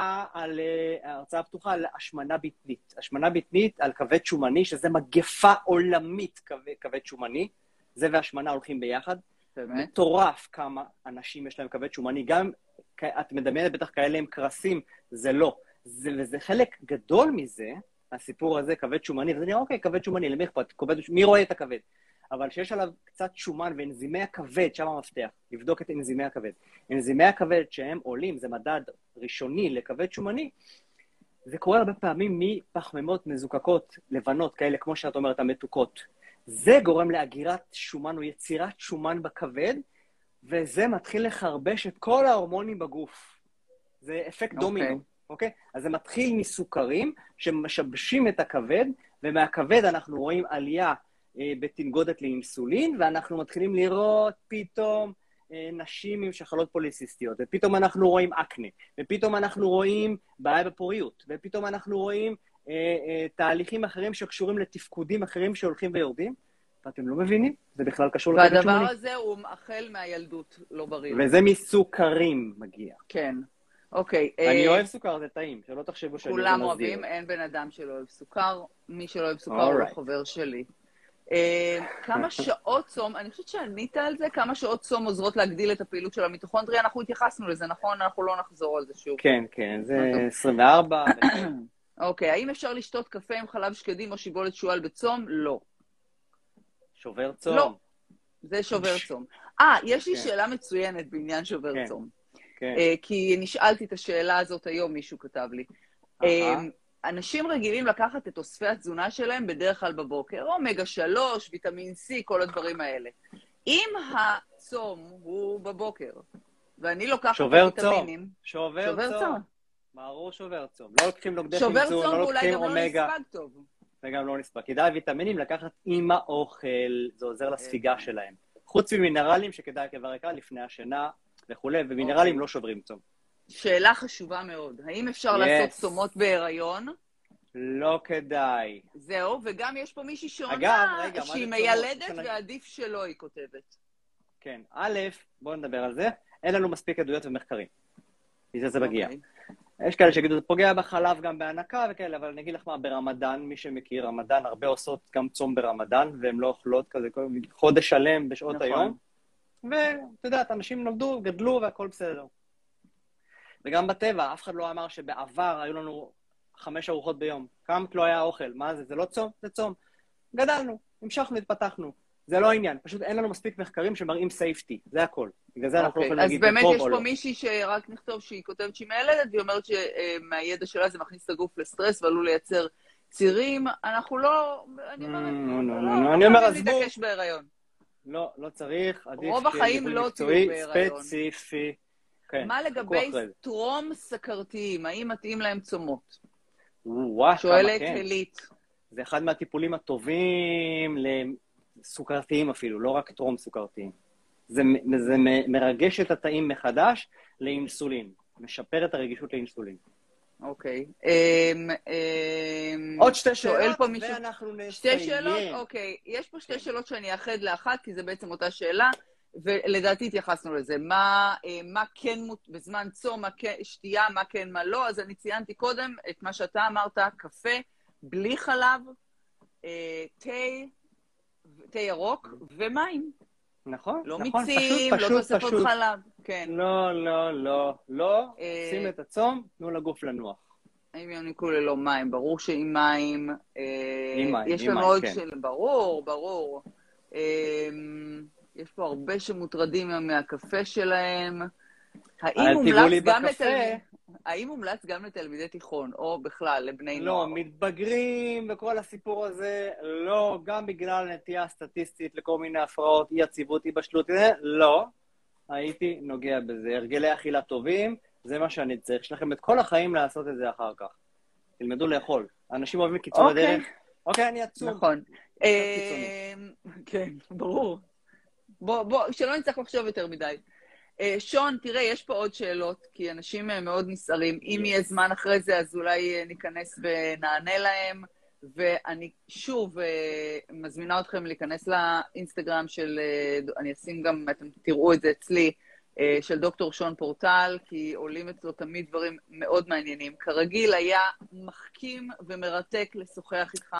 הרצאה פתוחה על השמנה בטנית. השמנה בטנית על כבד שומני, שזה מגפה עולמית כבד שומני, זה והשמנה הולכים ביחד. מטורף כמה אנשים יש להם כבד שומני, גם את מדמיינת בטח כאלה עם קרסים, זה לא. וזה חלק גדול מזה, הסיפור הזה, כבד שומני, וזה נראה, אוקיי, כבד שומני, למי אכפת? מי רואה את הכבד? אבל שיש עליו קצת שומן ואנזימי הכבד, שם המפתח, לבדוק את אנזימי הכבד. אנזימי הכבד שהם עולים, זה מדד ראשוני לכבד שומני, זה קורה הרבה פעמים מפחמימות מזוקקות לבנות, כאלה כמו שאת אומרת, המתוקות. זה גורם לאגירת שומן או יצירת שומן בכבד, וזה מתחיל לחרבש את כל ההורמונים בגוף. זה אפקט דומינו. אוקיי? אז זה מתחיל מסוכרים שמשבשים את הכבד, ומהכבד אנחנו רואים עלייה בתנגודת לאינסולין, ואנחנו מתחילים לראות פתאום נשים עם שחלות פוליסיסטיות, ופתאום אנחנו רואים אקנה, ופתאום אנחנו רואים בעיה בפוריות, ופתאום אנחנו רואים תהליכים אחרים שקשורים לתפקודים אחרים שהולכים ויורדים, ואתם לא מבינים, זה בכלל קשור לכבד שומני. והדבר הזה הוא החל מהילדות, לא בריא. וזה מסוכרים מגיע. כן. אוקיי. אני אוהב סוכר, זה טעים, שלא תחשבו שאני כולם אוהבים, אין בן אדם שלא אוהב סוכר, מי שלא אוהב סוכר הוא חבר שלי. כמה שעות צום, אני חושבת שענית על זה, כמה שעות צום עוזרות להגדיל את הפעילות של המיטוכונדריה, אנחנו התייחסנו לזה, נכון? אנחנו לא נחזור על זה שוב. כן, כן, זה 24. אוקיי, האם אפשר לשתות קפה עם חלב שקדים או שיבולת שועל בצום? לא. שובר צום. לא, זה שובר צום. יש לי שאלה מצוינת בעניין שובר צום. כי נשאלתי את השאלה הזאת היום, מישהו כתב לי. אנשים רגילים לקחת את אוספי התזונה שלהם בדרך כלל בבוקר, אומגה 3, ויטמין C, כל הדברים האלה. אם הצום הוא בבוקר, ואני לוקחת את הוויטמינים... שובר צום. ברור שובר צום. לא לוקחים נוגדי חמצון, לא לוקחים אומגה. ואולי גם לא נספק טוב. וגם לא נספק. כדאי ויטמינים לקחת עם האוכל, זה עוזר לספיגה שלהם. חוץ ממינרלים שכדאי כברקה לפני השינה וכו', ומינרלים לא שוברים צום. שאלה חשובה מאוד. האם אפשר לעשות צומות בהיריון? לא כדאי. זהו, וגם יש פה מישהי שעונה שהיא מיילדת ועדיף שלא, היא כותבת. כן, בואו נדבר על זה. אין לנו מספיק עדויות ומחקרים. מזה זה מגיע. יש כאלה שיגידו, זה פוגע בחלב גם בהנקה וכאלה, אבל אני אגיד לך מה, ברמדאן, מי שמכיר, רמדאן, הרבה עושות גם צום ברמדאן, והן לא אוכלות כזה חודש שלם בשעות היום. ואתה יודעת, אנשים נולדו, גדלו והכל בסדר. וגם בטבע, אף אחד לא אמר שבעבר היו לנו 5 ארוחות ביום. כמה לא היה אוכל? מה זה? זה לא צום? זה צום. גדלנו, המשכנו, התפתחנו. זה לא העניין, פשוט אין לנו מספיק מחקרים שמראים סייפטי, זה הכל. בגלל זה אנחנו לא יכולים להגיד אז באמת טוב יש או לא. פה מישהי שרק נכתוב שהיא כותבת שהיא מיילדת, והיא אומרת שמהידע שלה זה מכניס את הגוף לסטרס ועלול לייצר צירים. אנחנו לא, אני אומרת, אני אומר, לא עזבו. להתעקש בהיריון. לא, לא צריך, עדיף רוב החיים ליווי לא מקצועי, תהיו בהיריון. ספציפי. כן, מה לגבי אחרי זה. טרום סכרתיים? האם מתאים להם צומות? וואו, כמה שואלת כן. הלית. זה אחד מהטיפולים הטובים לסוכרתיים אפילו, לא רק טרום סוכרתיים. זה מרגש את התאים מחדש לאינסולין, משפר את הרגישות לאינסולין. אוקיי. עוד שתי שאלות, מישהו... ואנחנו נסיים. שתי שאלות? אוקיי. יש פה שתי שאלות שאני אאחד לאחת, כי זה בעצם אותה שאלה, ולדעתי התייחסנו לזה. מה כן בזמן צום, שתייה, מה כן, מה לא. אז אני ציינתי קודם את מה שאתה אמרת, קפה, בלי חלב, תה ירוק ומים. נכון, לא נכון, מיצים, לא תוספות חלב. כן. לא. שים את הצום, תנו לגוף לנוח. האם יוניקו ללא מים? ברור שעם מים. עם מים, יש לנו עוד כן. ברור. יש פה הרבה שמוטרדים מהקפה שלהם. האם מומלץ גם לתלמידי תיכון, או בכלל לבני נוער? לא, מתבגרים וכל הסיפור הזה, לא, גם בגלל נטייה סטטיסטית לכל מיני הפרעות, אי יציבות, אי בשלות, לא, הייתי נוגע בזה. הרגלי אכילה טובים, זה מה שאני צריך. יש לכם את כל החיים לעשות את זה אחר כך. תלמדו לאכול. אנשים אוהבים קיצור הדרך. אוקיי, אני עצום. נכון. כן, ברור. בוא, שלא נצטרך לחשוב יותר מדי. שון, תראה, יש פה עוד שאלות, כי אנשים מאוד נסערים. אם יהיה זמן אחרי זה, אז אולי ניכנס ונענה להם. ואני שוב מזמינה אתכם להיכנס לאינסטגרם של, אני אשים גם, אתם תראו את זה אצלי, של דוקטור שון פורטל, כי עולים אצלו תמיד דברים מאוד מעניינים. כרגיל היה מחכים ומרתק לשוחח איתך.